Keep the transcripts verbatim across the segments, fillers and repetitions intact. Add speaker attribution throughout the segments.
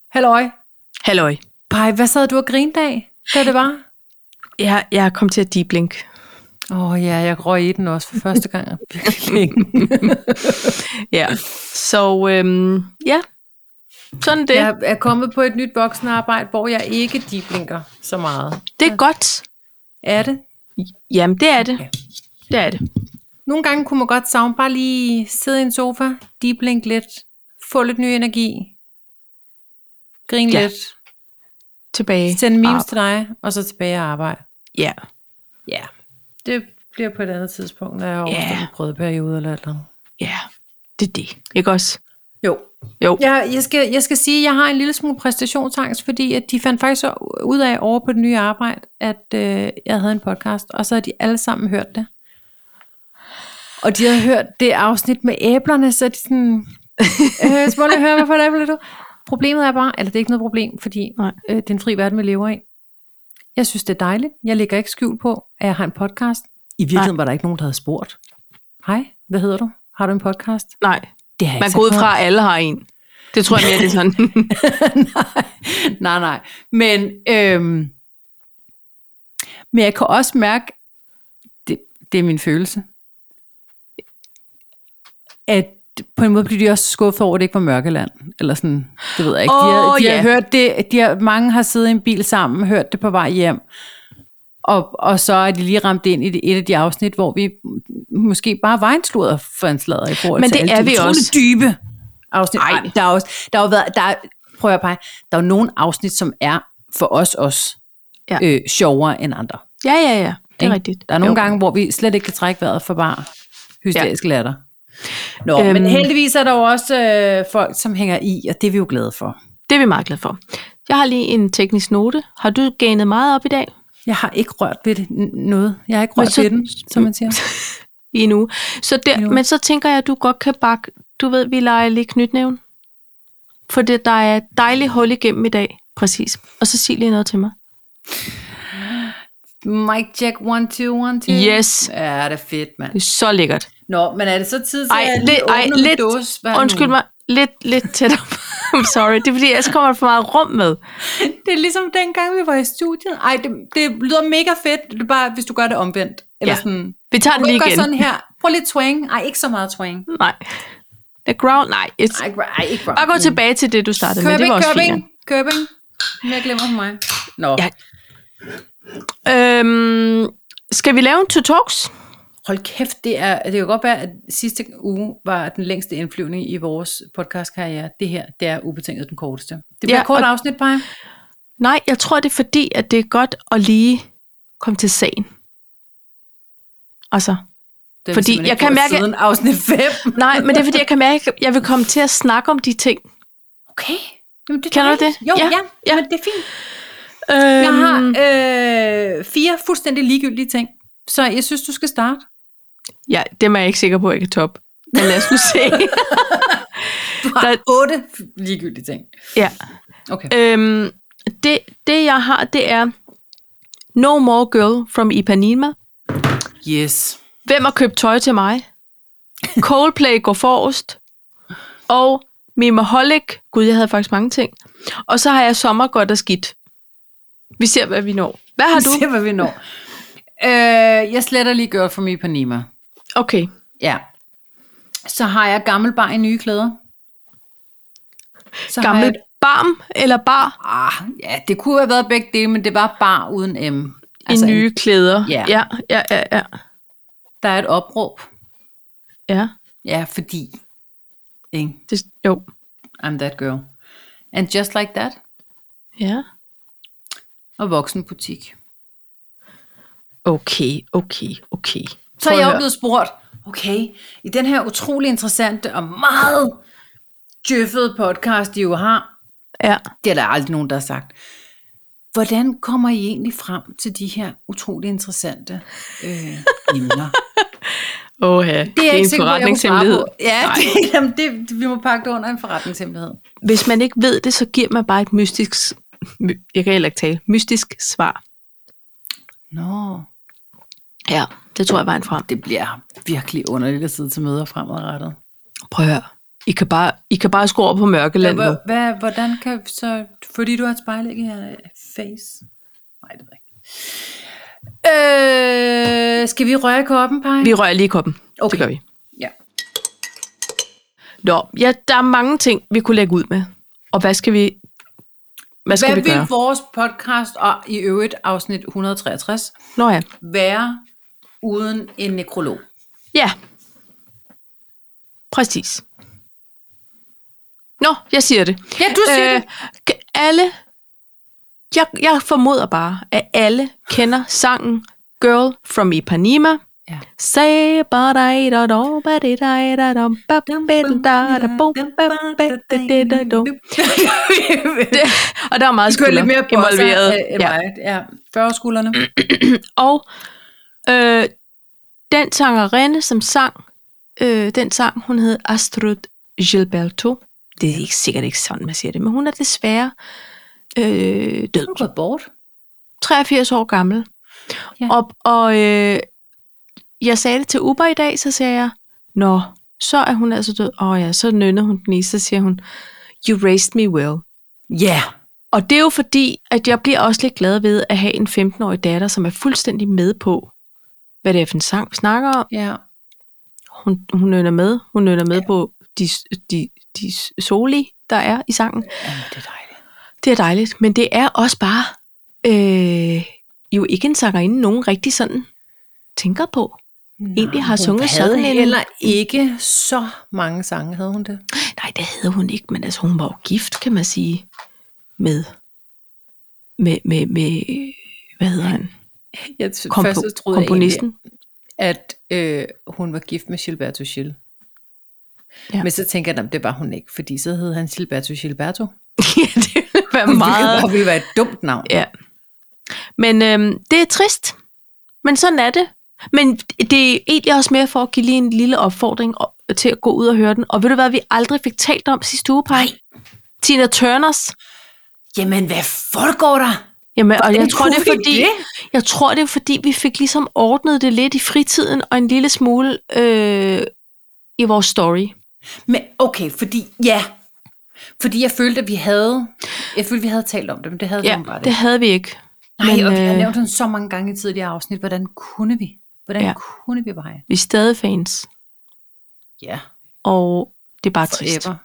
Speaker 1: Halløj.
Speaker 2: Halløj.
Speaker 1: Pej, hvad sad du og grinede af, da det var?
Speaker 2: Jeg, jeg kom til at deep link.
Speaker 1: Åh oh, ja, jeg røg i den også for første gang.
Speaker 2: Ja, så øhm, ja, sådan det.
Speaker 1: Jeg er kommet på et nyt voksenarbejde, hvor jeg ikke deep linker så meget.
Speaker 2: Det er godt.
Speaker 1: Er det?
Speaker 2: Jamen, det er det.
Speaker 1: Okay.
Speaker 2: Det er det.
Speaker 1: Nogle gange kunne man godt savne bare lige sidde i en sofa, deep link lidt, få lidt ny energi, grine
Speaker 2: ja.
Speaker 1: lidt,
Speaker 2: tilbage.
Speaker 1: sende memes til dig, og så tilbage og arbejde.
Speaker 2: Ja.
Speaker 1: Ja, det bliver på et andet tidspunkt, når jeg har overstået
Speaker 2: Ja.
Speaker 1: en prøveperiode eller et eller andet.
Speaker 2: Ja, det er det. Ikke også?
Speaker 1: Jo.
Speaker 2: Jo.
Speaker 1: Jeg, jeg, skal, jeg skal sige, at jeg har en lille smule præstationsangst, fordi at de fandt faktisk ud af over på det nye arbejde, at øh, jeg havde en podcast, og så har de alle sammen hørt det. Og de havde hørt det afsnit med æblerne, så de sådan, øh, så må jeg høre, hvorfor et æble er du? Problemet er bare, eller det er ikke noget problem, fordi øh, det er en fri verden, vi lever i. Jeg synes, det er dejligt. Jeg lægger ikke skjul på, at jeg har en podcast. I virkeligheden Nej. var der ikke nogen, der havde spurgt. Hej, hvad hedder du? Har du en podcast?
Speaker 2: Nej.
Speaker 1: Det har
Speaker 2: Man går ud fra, at alle har en. Det tror jeg mere, det er sådan.
Speaker 1: nej, nej, nej. Men, øhm, men jeg kan også mærke, det, det er min følelse, at på en måde bliver de også skuffet over, at det ikke var Mørkeland. Eller sådan, det ved jeg ikke. De har,
Speaker 2: oh,
Speaker 1: de har
Speaker 2: yeah.
Speaker 1: hørt det, de har, mange har siddet i en bil sammen, hørt det på vej hjem. Og, og så er de lige ramt ind i det, et af de afsnit, hvor vi måske bare var en sludder for en sladder i forhold
Speaker 2: Men
Speaker 1: til
Speaker 2: det
Speaker 1: alle
Speaker 2: er vi
Speaker 1: de
Speaker 2: også.
Speaker 1: dybe afsnit. Ej, der er også, der har jo været, der, prøv at pege, der er jo nogle afsnit, som er for os også
Speaker 2: ja.
Speaker 1: øh, sjovere end andre.
Speaker 2: Ja, ja, ja. Det er
Speaker 1: ikke?
Speaker 2: rigtigt.
Speaker 1: Der er nogle
Speaker 2: jo.
Speaker 1: gange, hvor vi slet ikke kan trække vejret for bare hysterisk ja. latter. Nå,
Speaker 2: øhm,
Speaker 1: men heldigvis er der jo også øh, folk, som hænger i, og det er vi jo glade for.
Speaker 2: Det er vi meget glade for. Jeg har lige en teknisk note. Har du gainet meget op i dag?
Speaker 1: Jeg har ikke rørt ved det noget. Jeg har ikke rørt
Speaker 2: så,
Speaker 1: ved den, som man siger.
Speaker 2: I nu. Så der, nu. Men så tænker jeg, at du godt kan bakke. Du ved, vi leger lige knytnæven. For det, der er et dejligt hul igennem i dag. Præcis. Og så sig lige noget til mig.
Speaker 1: Mic check, one, two, one, two.
Speaker 2: Yes.
Speaker 1: Ja, det er fedt, mand.
Speaker 2: Det er så lækkert.
Speaker 1: Nå, men er det så tid til
Speaker 2: ej,
Speaker 1: at
Speaker 2: lidt, ej, lidt,
Speaker 1: dåse?
Speaker 2: undskyld mig, lidt, lidt tættere. I'm sorry, det er fordi, jeg kommer for meget rum med.
Speaker 1: Det er ligesom dengang, vi var i studiet. Ej, det, det lyder mega fedt, det er bare, hvis du gør det omvendt. Eller
Speaker 2: ja.
Speaker 1: sådan.
Speaker 2: Vi tager den lige igen.
Speaker 1: Sådan her. Prøv lidt twang. Ej, ikke så meget twang.
Speaker 2: Nej. The ground, nej. It's...
Speaker 1: Ej, ej, ikke ground.
Speaker 2: Bare gå tilbage til det, du startede
Speaker 1: Købing,
Speaker 2: med. Det var også
Speaker 1: Købing,
Speaker 2: fint.
Speaker 1: Købing. Jeg glemmer for mig. Nå.
Speaker 2: Ja. Øhm, skal vi lave en to talks?
Speaker 1: Hold kæft, det er, det kan godt være, at sidste uge var den længste indflyvning i vores podcastkarriere. Det her, det er ubetinget den korteste. Det bliver
Speaker 2: ja,
Speaker 1: et kort
Speaker 2: og...
Speaker 1: afsnit, Paj.
Speaker 2: Nej, jeg tror, det er fordi, at det er godt at lige komme til sagen. Altså,
Speaker 1: det
Speaker 2: fordi jeg kan mærke...
Speaker 1: Siden afsnit fem.
Speaker 2: Nej, men det er fordi, jeg kan mærke, at jeg vil komme til at snakke om de ting.
Speaker 1: Okay. Jamen, det
Speaker 2: Kender du det?
Speaker 1: Jo, ja, ja, ja. Men det er fint. Øhm... Jeg har øh, fire fuldstændig ligegyldige ting, så jeg synes, du skal starte.
Speaker 2: Ja, det er jeg ikke sikker på, at jeg kan toppe. Men lad os nu se.
Speaker 1: Du har Der... otte ligegyldige ting.
Speaker 2: Ja.
Speaker 1: Okay.
Speaker 2: Øhm, det, det, jeg har, det er No More Girl from Ipanema.
Speaker 1: Yes.
Speaker 2: Hvem har købt tøj til mig? Coldplay går forrest. Og Mimaholic. Gud, jeg havde faktisk mange ting. Og så har jeg Sommer godt og skidt. Vi ser, hvad vi når. Hvad har du?
Speaker 1: Vi ser, hvad vi når. Øh, jeg sletter lige Girl from Ipanema.
Speaker 2: Okay.
Speaker 1: Ja. Så har jeg gammel bar i nye klæder.
Speaker 2: Så gammel jeg... barm eller bar?
Speaker 1: Ah, ja, det kunne have været begge dele, men det var bar uden M.
Speaker 2: Altså I nye en... klæder.
Speaker 1: Ja.
Speaker 2: ja, ja, ja, ja.
Speaker 1: Der er et opråb.
Speaker 2: Ja.
Speaker 1: Ja, fordi. Ikke?
Speaker 2: Det, jo.
Speaker 1: I'm that girl. And just like that.
Speaker 2: Ja.
Speaker 1: Og voksenbutik.
Speaker 2: Okay, okay, okay.
Speaker 1: Så er jeg jo blevet spurgt, okay, i den her utrolig interessante og meget djøffede podcast, de jo har,
Speaker 2: ja.
Speaker 1: Det er der aldrig nogen, der har sagt. Hvordan kommer I egentlig frem til de her utrolig interessante øh, emner?
Speaker 2: Åh ja, det, det er en forretningshemmelighed.
Speaker 1: Ja, det, jamen, det, vi må pakke det under en forretningshemmelighed.
Speaker 2: Hvis man ikke ved det, så giver man bare et mystisk, jeg kan heller ikke tale, mystisk svar.
Speaker 1: Nå.
Speaker 2: Ja, det tror jeg var en frem.
Speaker 1: Det bliver virkelig underligt at sidde til møder fremadrettet.
Speaker 2: Prøv at høre. I kan bare, I kan bare skrue over på Mørkeland
Speaker 1: Ja,
Speaker 2: nu.
Speaker 1: hvad, hvordan kan så... Fordi du har et spejlæg i her face. Nej, det ved jeg ikke. Øh, skal vi røre i koppen, Paj?
Speaker 2: Vi rører lige i koppen.
Speaker 1: Okay.
Speaker 2: Det gør vi.
Speaker 1: Ja.
Speaker 2: Nå, ja, der er mange ting, vi kunne lægge ud med. Og hvad skal vi, hvad skal
Speaker 1: Hvad
Speaker 2: vi gøre?
Speaker 1: vil vores podcast, og i øvrigt afsnit et hundrede og treogtres,
Speaker 2: Nå ja.
Speaker 1: være uden en nekrolog?
Speaker 2: Ja. Præcis. Nå, jeg siger det.
Speaker 1: Ja, du siger
Speaker 2: øh,
Speaker 1: det.
Speaker 2: Alle, jeg, jeg formoder bare, at alle kender sangen Girl from Ipanema.
Speaker 1: Ja.
Speaker 2: Say ba da da da ba da da da da ba ba da da bum ba ba da da da. Og der er meget
Speaker 1: Du kører lidt mere
Speaker 2: skulder involveret.
Speaker 1: bossa end mig. Ja, fyrre skuldrene.
Speaker 2: Og øh, den sangerinde, som sang, øh, den sang, hun hed Astrid Gilberto. Det er ikke sikkert ikke sådan, man siger det, men hun er desværre øh, død.
Speaker 1: Hun er gået bort.
Speaker 2: treogfirs år gammel.
Speaker 1: Ja.
Speaker 2: Og, og øh, jeg sagde det til Uber i dag, så siger jeg, nå, så er hun altså død. Åh ja, så nynner hun den i, så siger hun, you raised me well.
Speaker 1: Ja. Yeah.
Speaker 2: Og det er jo fordi, at jeg bliver også lidt glad ved at have en femten-årig datter, som er fuldstændig med på, hvad det er for en sang, vi snakker om.
Speaker 1: Ja.
Speaker 2: Hun, hun nynner med. Hun nynner med ja. på de, de, de soli, der er i sangen.
Speaker 1: Jamen, det er dejligt.
Speaker 2: Det er dejligt, men det er også bare øh, jo ikke en sangerinde, nogen rigtig sådan tænker på.
Speaker 1: Nå,
Speaker 2: egentlig har sunget
Speaker 1: sådan
Speaker 2: sådan en...
Speaker 1: heller ikke så mange sange, havde hun det?
Speaker 2: Nej, det havde hun ikke, men altså, hun var jo gift, kan man sige, med, med, med, med hvad hedder han?
Speaker 1: Jeg
Speaker 2: Kompo-
Speaker 1: først troede
Speaker 2: komponisten.
Speaker 1: Jeg egentlig, at øh, hun var gift med Gilberto Gil.
Speaker 2: Ja.
Speaker 1: Men så tænker jeg, at det var hun ikke, fordi så hed han Gilberto Gilberto.
Speaker 2: Ja, det ville være meget...
Speaker 1: Det ville være et dumt navn.
Speaker 2: Ja. Men øhm, det er trist. Men sådan er det. Men det er egentlig også mere for at give lige en lille opfordring til at gå ud og høre den. Og ved du hvad, vi aldrig fik talt om sidste uge, Paj? Tina Turners.
Speaker 1: Jamen, hvad foregår der?
Speaker 2: Jamen, og jeg tror,
Speaker 1: kunne
Speaker 2: det er
Speaker 1: vi
Speaker 2: fordi,
Speaker 1: det?
Speaker 2: jeg tror, det er fordi, vi fik ligesom ordnet det lidt i fritiden, og en lille smule øh, i vores story.
Speaker 1: Men okay, fordi, ja. Fordi jeg følte, at vi havde, jeg følte, vi havde talt om det, men det havde
Speaker 2: Ja,
Speaker 1: vi bare det.
Speaker 2: det havde vi ikke.
Speaker 1: Nej,
Speaker 2: men,
Speaker 1: og vi har
Speaker 2: øh,
Speaker 1: nævnt den så mange gange i tidligere afsnit. Hvordan kunne vi? Hvordan
Speaker 2: Ja.
Speaker 1: kunne vi bare?
Speaker 2: Vi er stadig fans,
Speaker 1: Ja,
Speaker 2: og det er bare trist.
Speaker 1: forever.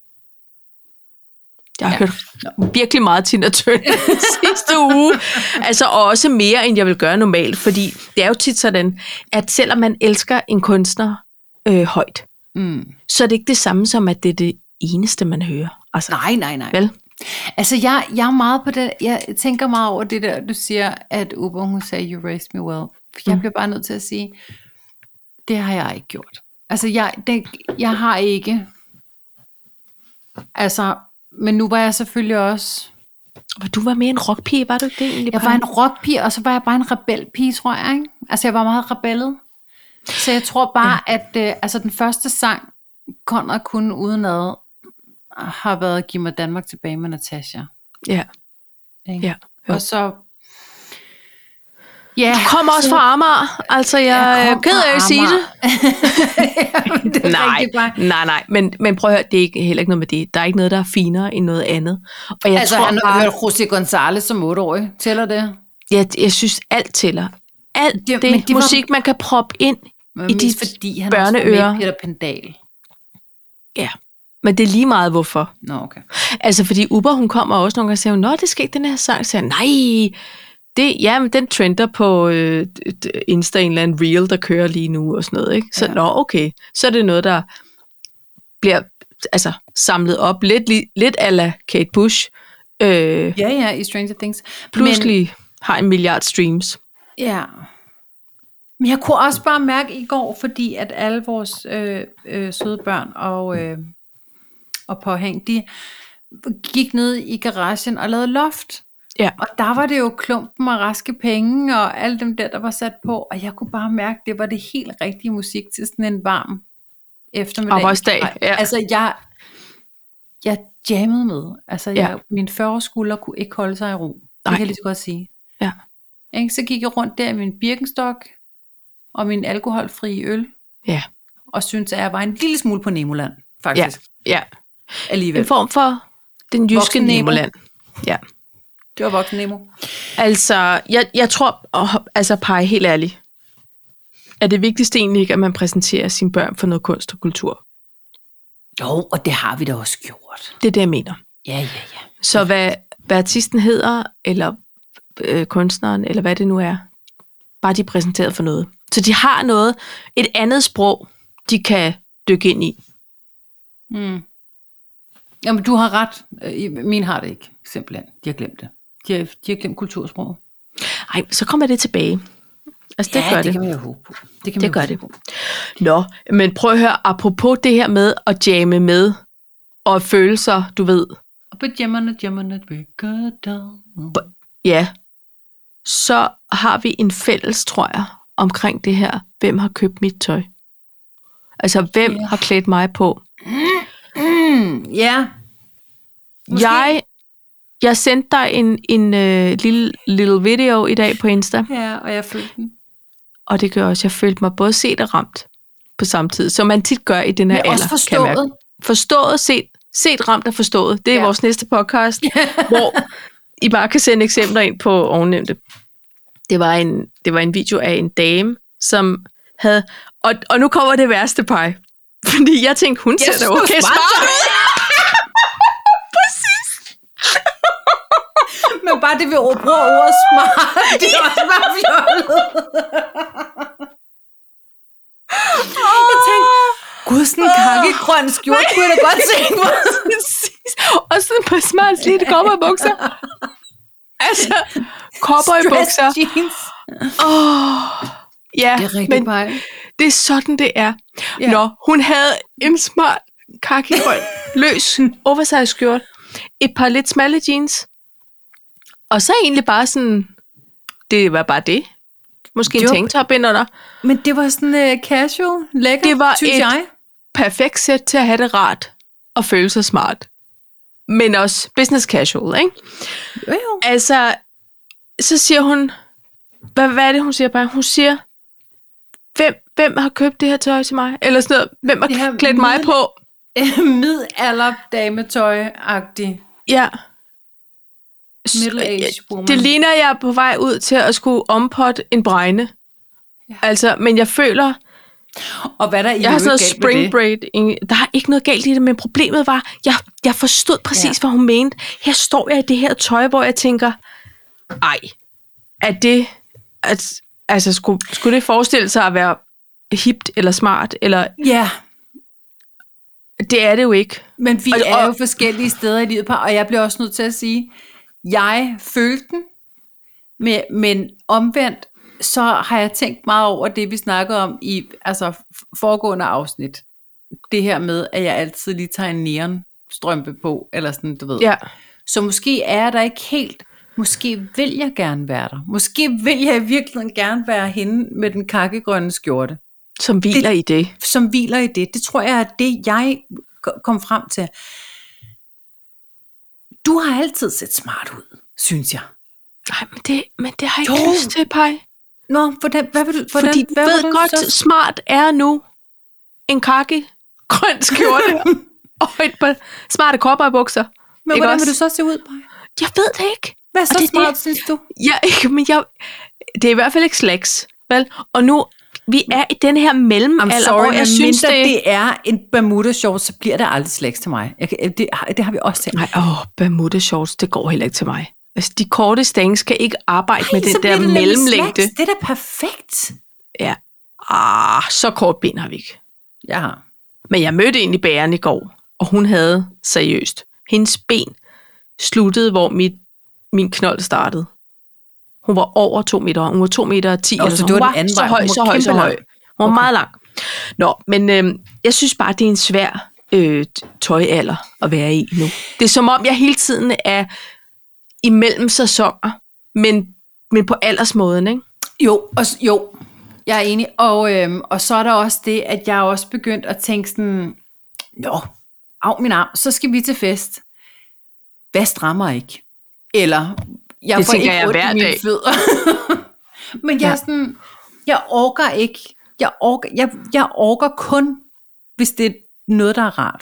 Speaker 2: Jeg har
Speaker 1: Ja.
Speaker 2: hørt virkelig meget Tina Turner sidste uge. Altså også mere, end jeg vil gøre normalt. Fordi det er jo tit sådan, at selvom man elsker en kunstner øh, højt,
Speaker 1: Mm.
Speaker 2: så er det ikke det samme som, at det er det eneste, man hører. Altså,
Speaker 1: Nej, nej, nej.
Speaker 2: vel?
Speaker 1: Altså, jeg, jeg er meget på det, jeg tænker meget over det der, du siger, at Uber, hun sagde, you raised me well. Jeg
Speaker 2: Mm.
Speaker 1: bliver bare nødt til at sige, det har jeg ikke gjort. Altså, jeg, det, jeg har ikke, altså, men nu var jeg selvfølgelig også,
Speaker 2: Og du var mere en rockpige, var du ikke det egentlig?
Speaker 1: jeg var en rockpige, og så var jeg bare en rebelpige, tror jeg, ikke? Altså, jeg var meget rebellet. Så jeg tror bare, ja. at øh, altså, den første sang, Conrad kunne udenad, har været Giv mig Danmark tilbage med Natasha.
Speaker 2: Ja.
Speaker 1: Ikke?
Speaker 2: Ja, jo.
Speaker 1: Og så... Ja,
Speaker 2: Du kom også fra Amager. Altså, jeg, jeg er ked af at sige det.
Speaker 1: det
Speaker 2: Nej, nej, nej. Men, men prøv at høre, det er ikke, heller ikke noget med det. Der er ikke noget, der er finere end noget andet. Og jeg
Speaker 1: altså,
Speaker 2: tror
Speaker 1: han har
Speaker 2: bare,
Speaker 1: hørt José González som otteårig. Tæller det?
Speaker 2: jeg, jeg synes, alt tæller. Alt
Speaker 1: Det-
Speaker 2: det,
Speaker 1: men
Speaker 2: det
Speaker 1: det var-
Speaker 2: musik, man kan proppe ind
Speaker 1: Men
Speaker 2: i
Speaker 1: mest
Speaker 2: de
Speaker 1: fordi han også var med
Speaker 2: børneører.
Speaker 1: i Peter Pendal.
Speaker 2: Ja, men det er lige meget, hvorfor.
Speaker 1: Nå, okay.
Speaker 2: Altså, fordi Uber, hun kommer også nogle gange og siger, nå, det skal ikke den her sang. Så siger jeg, nej, det, ja, men den trender på øh, Insta, en eller anden reel, der kører lige nu og sådan noget. Ikke? Så
Speaker 1: Ja.
Speaker 2: nå, okay. Så er det noget, der bliver altså, samlet op lidt, li- lidt a la Kate Bush. Øh,
Speaker 1: Ja, ja, i Stranger Things.
Speaker 2: pludselig men, har en milliard streams.
Speaker 1: Ja. Men jeg kunne også bare mærke i går, fordi at alle vores øh, øh, søde børn og, øh, og påhæng, de gik ned i garagen og lavede loft.
Speaker 2: Ja.
Speaker 1: Og der var det jo Klumpen og Raske Penge og alle dem der, der var sat på. Og jeg kunne bare mærke, det var det helt rigtige musik til sådan en varm eftermiddag.
Speaker 2: Arbejdsdag, ja.
Speaker 1: Altså jeg, jeg jammede med. Altså
Speaker 2: Ja.
Speaker 1: jeg, min fyrre skulder kunne ikke holde sig i ro. Det
Speaker 2: Nej.
Speaker 1: kan jeg lige så godt sige.
Speaker 2: Ja.
Speaker 1: Ikke? Så gik jeg rundt der i min Birkenstock og min alkoholfri øl.
Speaker 2: Ja.
Speaker 1: Og syntes, at jeg var en lille smule på Nemoland, faktisk.
Speaker 2: Ja.
Speaker 1: Alligevel.
Speaker 2: En form for den jyske
Speaker 1: Voksen Nemo.
Speaker 2: Nemoland. Ja.
Speaker 1: Det var Voksen Nemo.
Speaker 2: Altså, jeg, jeg tror, oh, altså Paj, helt ærligt, er det vigtigste egentlig ikke, at man præsenterer sine børn for noget kunst og kultur?
Speaker 1: Jo, og det har vi da også gjort.
Speaker 2: Det er det, jeg mener.
Speaker 1: Ja, ja, ja.
Speaker 2: Så hvad, hvad artisten hedder, eller øh, kunstneren, eller hvad det nu er, bare de er præsenteret for noget. Så de har noget, et andet sprog, de kan dykke ind i.
Speaker 1: Mm. Jamen, du har ret. Min har det ikke, simpelthen. De har glemt det. De har, de har glemt kultursproget.
Speaker 2: Ej, så kommer det tilbage. Altså, det
Speaker 1: ja,
Speaker 2: gør
Speaker 1: det
Speaker 2: det.
Speaker 1: kan man jo håbe på. Det, kan
Speaker 2: Det
Speaker 1: man
Speaker 2: gør
Speaker 1: jo
Speaker 2: det.
Speaker 1: håbe på.
Speaker 2: Nå, men prøv at høre, apropos det her med at jamme med, og følelser, du ved.
Speaker 1: Og på jammerne, jammerne, we go down.
Speaker 2: Ja, så har vi en fælles, tror jeg, omkring det her. Hvem har købt mit tøj? Altså, hvem
Speaker 1: Ja.
Speaker 2: har klædt mig på?
Speaker 1: Mm, ja. Måske.
Speaker 2: Jeg, jeg sendte dig en, en øh, lille, lille video i dag på Insta,
Speaker 1: Ja, og jeg følte den.
Speaker 2: og det gør også, jeg følte mig både set og ramt på samme tid, som man tit gør i den her
Speaker 1: Men
Speaker 2: alder.
Speaker 1: også
Speaker 2: kan jeg mærke.
Speaker 1: forstået.
Speaker 2: Forstået, set, set, ramt og forstået. Det er
Speaker 1: Ja.
Speaker 2: vores næste podcast, hvor I bare kan sende eksempler ind på ovennævnte. Det var en, det var en video af en dame, som havde... Og, og nu kommer det værste, Paj. Fordi jeg tænkte, hun ser da
Speaker 1: synes,
Speaker 2: okay
Speaker 1: du er
Speaker 2: smart
Speaker 1: smart.
Speaker 2: ud.
Speaker 1: Men bare det, vi bruger ordet smart, det er også bare fjollet. Jeg tænkte, gud, sådan en kakkegrøn skjort, kunne jeg da godt se på.
Speaker 2: Præcis. Og sådan på smart slidte cowboybukser. Altså, cowboybukser.
Speaker 1: Stretch jeans.
Speaker 2: Åh, ja,
Speaker 1: Det er rigtig
Speaker 2: men
Speaker 1: bare.
Speaker 2: det er sådan, det er.
Speaker 1: Ja.
Speaker 2: Nå, hun havde en smart kakkegrøn, løs oversize skjort, et par lidt smalle jeans, og så egentlig bare sådan, det var bare det. Måske en
Speaker 1: Jo.
Speaker 2: tanktop ind under.
Speaker 1: Men det var sådan uh, casual, lækker,
Speaker 2: Det var
Speaker 1: synes
Speaker 2: et-
Speaker 1: jeg.
Speaker 2: Perfekt sæt til at have det rart og føle sig smart. Men også business casual, ikke?
Speaker 1: Jo, jo.
Speaker 2: Altså, så siger hun, hvad, hvad er det, hun siger bare? Hun siger, hvem, hvem har købt det her tøj til mig? Eller sådan noget, hvem
Speaker 1: Det
Speaker 2: har
Speaker 1: her
Speaker 2: klædt mig
Speaker 1: middel-
Speaker 2: på?
Speaker 1: Middelalder dametøj-agtig.
Speaker 2: Ja.
Speaker 1: Middle-aged woman.
Speaker 2: Det ligner, jeg er på vej ud til at skulle ompotte en bregne.
Speaker 1: Ja.
Speaker 2: Altså, men jeg føler,
Speaker 1: Og hvad der i
Speaker 2: jeg har sådan noget
Speaker 1: øvrigt galt med
Speaker 2: spring
Speaker 1: det?
Speaker 2: braid. Ingen- Der er ikke noget galt i det, men problemet var, jeg, jeg forstod præcis,
Speaker 1: Ja.
Speaker 2: ja. hvad hun mente. Her står jeg i det her tøj, hvor jeg tænker, ej, er det, at, altså skulle, skulle det forestille sig at være hipt eller smart, eller
Speaker 1: Ja,
Speaker 2: det er det jo ikke.
Speaker 1: men vi
Speaker 2: Og-
Speaker 1: er
Speaker 2: og-
Speaker 1: jo forskellige steder i livet, og jeg bliver også nødt til at sige, jeg følte den, men, men omvendt, så har jeg tænkt meget over det, vi snakkede om i altså foregående afsnit. Det her med, at jeg altid lige tager en neonstrømpe på, eller sådan, du ved.
Speaker 2: Ja.
Speaker 1: Så måske er jeg der ikke helt. Måske vil jeg gerne være der. Måske vil jeg i virkeligheden gerne være hende med den kakkegrønne skjorte,
Speaker 2: Som hviler det, i det.
Speaker 1: som hviler i det. Det tror jeg er det, jeg kom frem til. Du har altid set smart ud, synes jeg.
Speaker 2: Nej, men det, men det har jeg
Speaker 1: Jo.
Speaker 2: ikke lyst til, Paj.
Speaker 1: Nå, hvordan, hvad vil du, hvordan,
Speaker 2: Fordi du
Speaker 1: hvad
Speaker 2: ved
Speaker 1: vil du
Speaker 2: godt,
Speaker 1: så?
Speaker 2: smart er nu en kakke, grøn skjorte og et par smarte cowboybukser.
Speaker 1: Men
Speaker 2: ikke
Speaker 1: hvordan
Speaker 2: også?
Speaker 1: vil du så se ud, Paj?
Speaker 2: Jeg ved det ikke.
Speaker 1: Hvad er
Speaker 2: Og
Speaker 1: så
Speaker 2: det er
Speaker 1: smart,
Speaker 2: det.
Speaker 1: synes du?
Speaker 2: Jeg, ikke, men jeg, det er i hvert fald ikke slacks, vel? Og nu, vi er i den her mellemalder,
Speaker 1: I'm sorry,
Speaker 2: hvor jeg synes, det...
Speaker 1: det er en Bermuda short, så bliver det aldrig slacks til mig. Jeg, kan- det, har- det har vi også tænkt.
Speaker 2: Nej, åh, Bermuda shorts, det går heller ikke til mig. Altså, de korte stænge skal ikke arbejde med
Speaker 1: så
Speaker 2: den
Speaker 1: bliver
Speaker 2: der
Speaker 1: det nemlig
Speaker 2: mellemlængde.
Speaker 1: slacks. Det er da perfekt.
Speaker 2: Ja. Ah, så kort ben har vi ikke.
Speaker 1: Jeg har.
Speaker 2: Men jeg mødte en i bageren i går, og hun havde seriøst. Hendes ben sluttede, hvor mit, min knold startede. Hun var over to meter. Hun var to meter og ti.
Speaker 1: Nå,
Speaker 2: Eller
Speaker 1: så
Speaker 2: så.
Speaker 1: det
Speaker 2: Hun
Speaker 1: var
Speaker 2: var
Speaker 1: den anden
Speaker 2: så
Speaker 1: vej.
Speaker 2: høj,
Speaker 1: Hun var
Speaker 2: så høj, så
Speaker 1: kæmpe
Speaker 2: høj.
Speaker 1: lang.
Speaker 2: Hun var
Speaker 1: Okay.
Speaker 2: meget lang. Nå, men øh, jeg synes bare, det er en svær øh, tøjalder at være i nu. Det er som om, jeg hele tiden er imellem sæsoner, men, men på aldersmåden, ikke?
Speaker 1: Jo, og, s- jo, jeg er enig. Og, øhm, og så er der også det, at jeg er også begyndt at tænke sådan, nå, af min arm, så skal vi til fest. Hvad strammer ikke? Eller, jeg
Speaker 2: Det
Speaker 1: får
Speaker 2: tænker
Speaker 1: ikke
Speaker 2: jeg
Speaker 1: ondt
Speaker 2: hver
Speaker 1: i mine
Speaker 2: dag.
Speaker 1: fødder. Men jeg er
Speaker 2: Ja.
Speaker 1: sådan, jeg orker ikke, jeg orker, jeg, jeg orker kun, hvis det er noget, der er rart.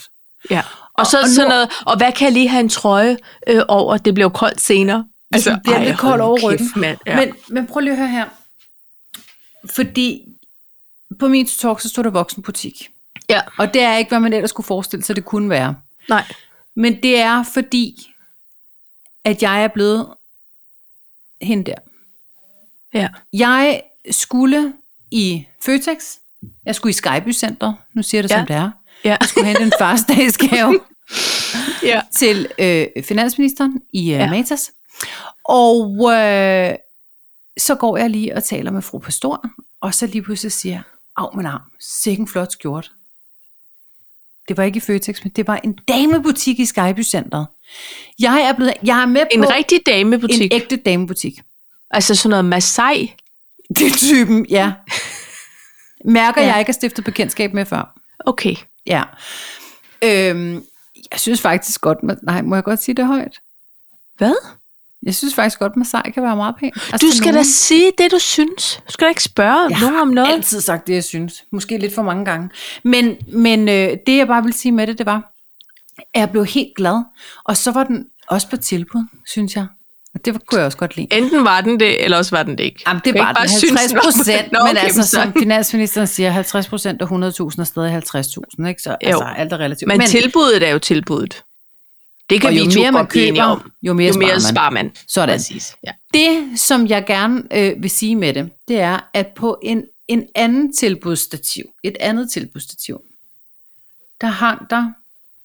Speaker 2: Ja. Og så
Speaker 1: og
Speaker 2: sådan
Speaker 1: nu-
Speaker 2: noget, og hvad kan jeg lige have en trøje øh, over? Det bliver jo koldt senere.
Speaker 1: Altså, det bliver lidt koldt over ryggen.
Speaker 2: Mand. Ja.
Speaker 1: Men, men prøv lige at høre her. Fordi på min talk, så stod der voksenbutik.
Speaker 2: ja.
Speaker 1: Og det er ikke, hvad man ellers skulle forestille sig, det kunne være.
Speaker 2: Nej.
Speaker 1: Men det er fordi, at jeg er blevet hende der.
Speaker 2: Ja.
Speaker 1: Jeg skulle i Føtex. Jeg skulle i Skyby Center. Nu siger jeg det,
Speaker 2: Ja.
Speaker 1: som det er.
Speaker 2: Ja.
Speaker 1: Jeg skulle hente en farsdagsgave
Speaker 2: ja.
Speaker 1: til øh, finansministeren i øh,
Speaker 2: Ja.
Speaker 1: Matas. Og øh, så går jeg lige og taler med fru Pastor, og så lige pludselig siger jeg, af min arm, sikke en flot skjort. Det var ikke i Føtex, men det var en damebutik i Skyby Centeret. Jeg er, blevet, jeg er med
Speaker 2: En
Speaker 1: på
Speaker 2: rigtig damebutik.
Speaker 1: en ægte damebutik.
Speaker 2: Altså sådan noget Masai.
Speaker 1: Det er typen, ja. Mærker
Speaker 2: Ja.
Speaker 1: ja. jeg ikke har stiftet bekendtskab med før.
Speaker 2: Okay.
Speaker 1: Ja. Øhm, jeg synes faktisk godt, man, nej, må jeg godt sige det højt?
Speaker 2: Hvad?
Speaker 1: Jeg synes faktisk godt, Masai kan være meget pæn. Altså,
Speaker 2: Du
Speaker 1: til
Speaker 2: skal da
Speaker 1: nogen-
Speaker 2: sige det, du synes. Du skal da ikke spørge
Speaker 1: Jeg
Speaker 2: nogen om
Speaker 1: har
Speaker 2: noget.
Speaker 1: altid sagt det, jeg synes. Måske lidt for mange gange. Men, men øh, det, jeg bare vil sige med det, det var, at jeg blev helt glad. Og så var den også på tilbud, synes jeg. Og det kunne jeg også godt lide.
Speaker 2: Enten var den det, eller også var den det ikke.
Speaker 1: Jamen, det
Speaker 2: Du
Speaker 1: er
Speaker 2: kan
Speaker 1: bare,
Speaker 2: ikke
Speaker 1: bare
Speaker 2: synes,
Speaker 1: halvtreds procent,
Speaker 2: Nå,
Speaker 1: men
Speaker 2: okay,
Speaker 1: altså,
Speaker 2: så-
Speaker 1: som finansministeren siger, halvtreds procent af hundrede tusind er stadig halvtreds tusind, ikke? Så altså, alt er relativt.
Speaker 2: Men, men tilbuddet er jo tilbuddet. Det kan
Speaker 1: og
Speaker 2: vi
Speaker 1: jo
Speaker 2: to
Speaker 1: mere man
Speaker 2: godt blive enige
Speaker 1: køber,
Speaker 2: om.
Speaker 1: jo mere,
Speaker 2: Jo mere
Speaker 1: sparer man.
Speaker 2: sparer man.
Speaker 1: Sådan.
Speaker 2: Præcis. Ja.
Speaker 1: Det, som jeg gerne øh, vil sige med det, det er, at på en, en anden tilbudsstativ, et andet tilbudsstativ, der hang der,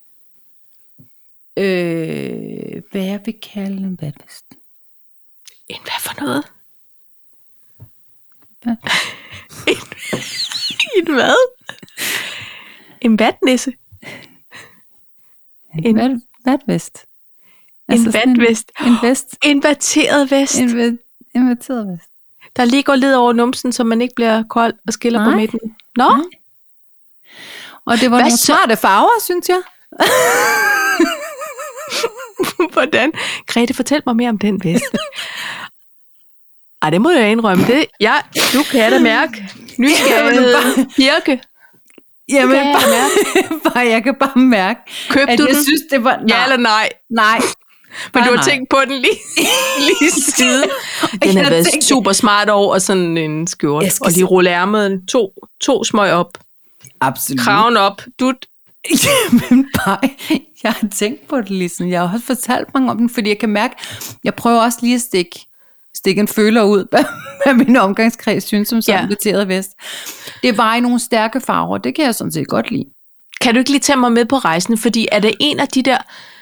Speaker 1: øh, hvad jeg vil kalde en badvest.
Speaker 2: En hvad for noget?
Speaker 1: Hvad?
Speaker 2: en, en hvad? En vatnisse? En-
Speaker 1: En bad, badvest.
Speaker 2: En
Speaker 1: sådan
Speaker 2: vatvest?
Speaker 1: En, en vest.
Speaker 2: En vateret vest,
Speaker 1: En, ve- en vateret vest.
Speaker 2: der lige går led over numsen, så man ikke bliver kold og skiller
Speaker 1: Nej.
Speaker 2: på midten. Nå,
Speaker 1: Nej. Og det var
Speaker 2: Hvad
Speaker 1: nogle
Speaker 2: så?
Speaker 1: smarte farver, synes jeg.
Speaker 2: hvordan? Grete, fortæl mig mere om den vest. Ej, det må jeg indrømme. Det, ja, du kan da mærke. Nysgerrighed. Birke.
Speaker 1: Jamen,
Speaker 2: kan jeg
Speaker 1: bare, bare, jeg kan bare mærke,
Speaker 2: Købte
Speaker 1: at
Speaker 2: du
Speaker 1: jeg
Speaker 2: den?
Speaker 1: synes, det var... Nej,
Speaker 2: Ja eller nej?
Speaker 1: nej.
Speaker 2: Men
Speaker 1: Bare
Speaker 2: du har
Speaker 1: nej.
Speaker 2: tænkt på den lige, lige side. Den
Speaker 1: Jeg
Speaker 2: har været
Speaker 1: tænkte-
Speaker 2: super smart over sådan en skjorte.
Speaker 1: Jeg skal
Speaker 2: Og lige
Speaker 1: se-
Speaker 2: rulle ærmet to, to smøg op.
Speaker 1: Absolut.
Speaker 2: Kraven op. Du,
Speaker 1: Jamen bare, jeg har tænkt på det lige sådan. Jeg har også fortalt mange om den, fordi jeg kan mærke, jeg prøver også lige at stikke, stikke en føler ud, hvad, hvad min omgangskreds synes som sådan
Speaker 2: Ja.
Speaker 1: en lateret vest. Det er bare i nogle stærke farver, det kan jeg sådan set godt lide.
Speaker 2: kan du ikke lige tage mig med på rejsen? Fordi er det en af de der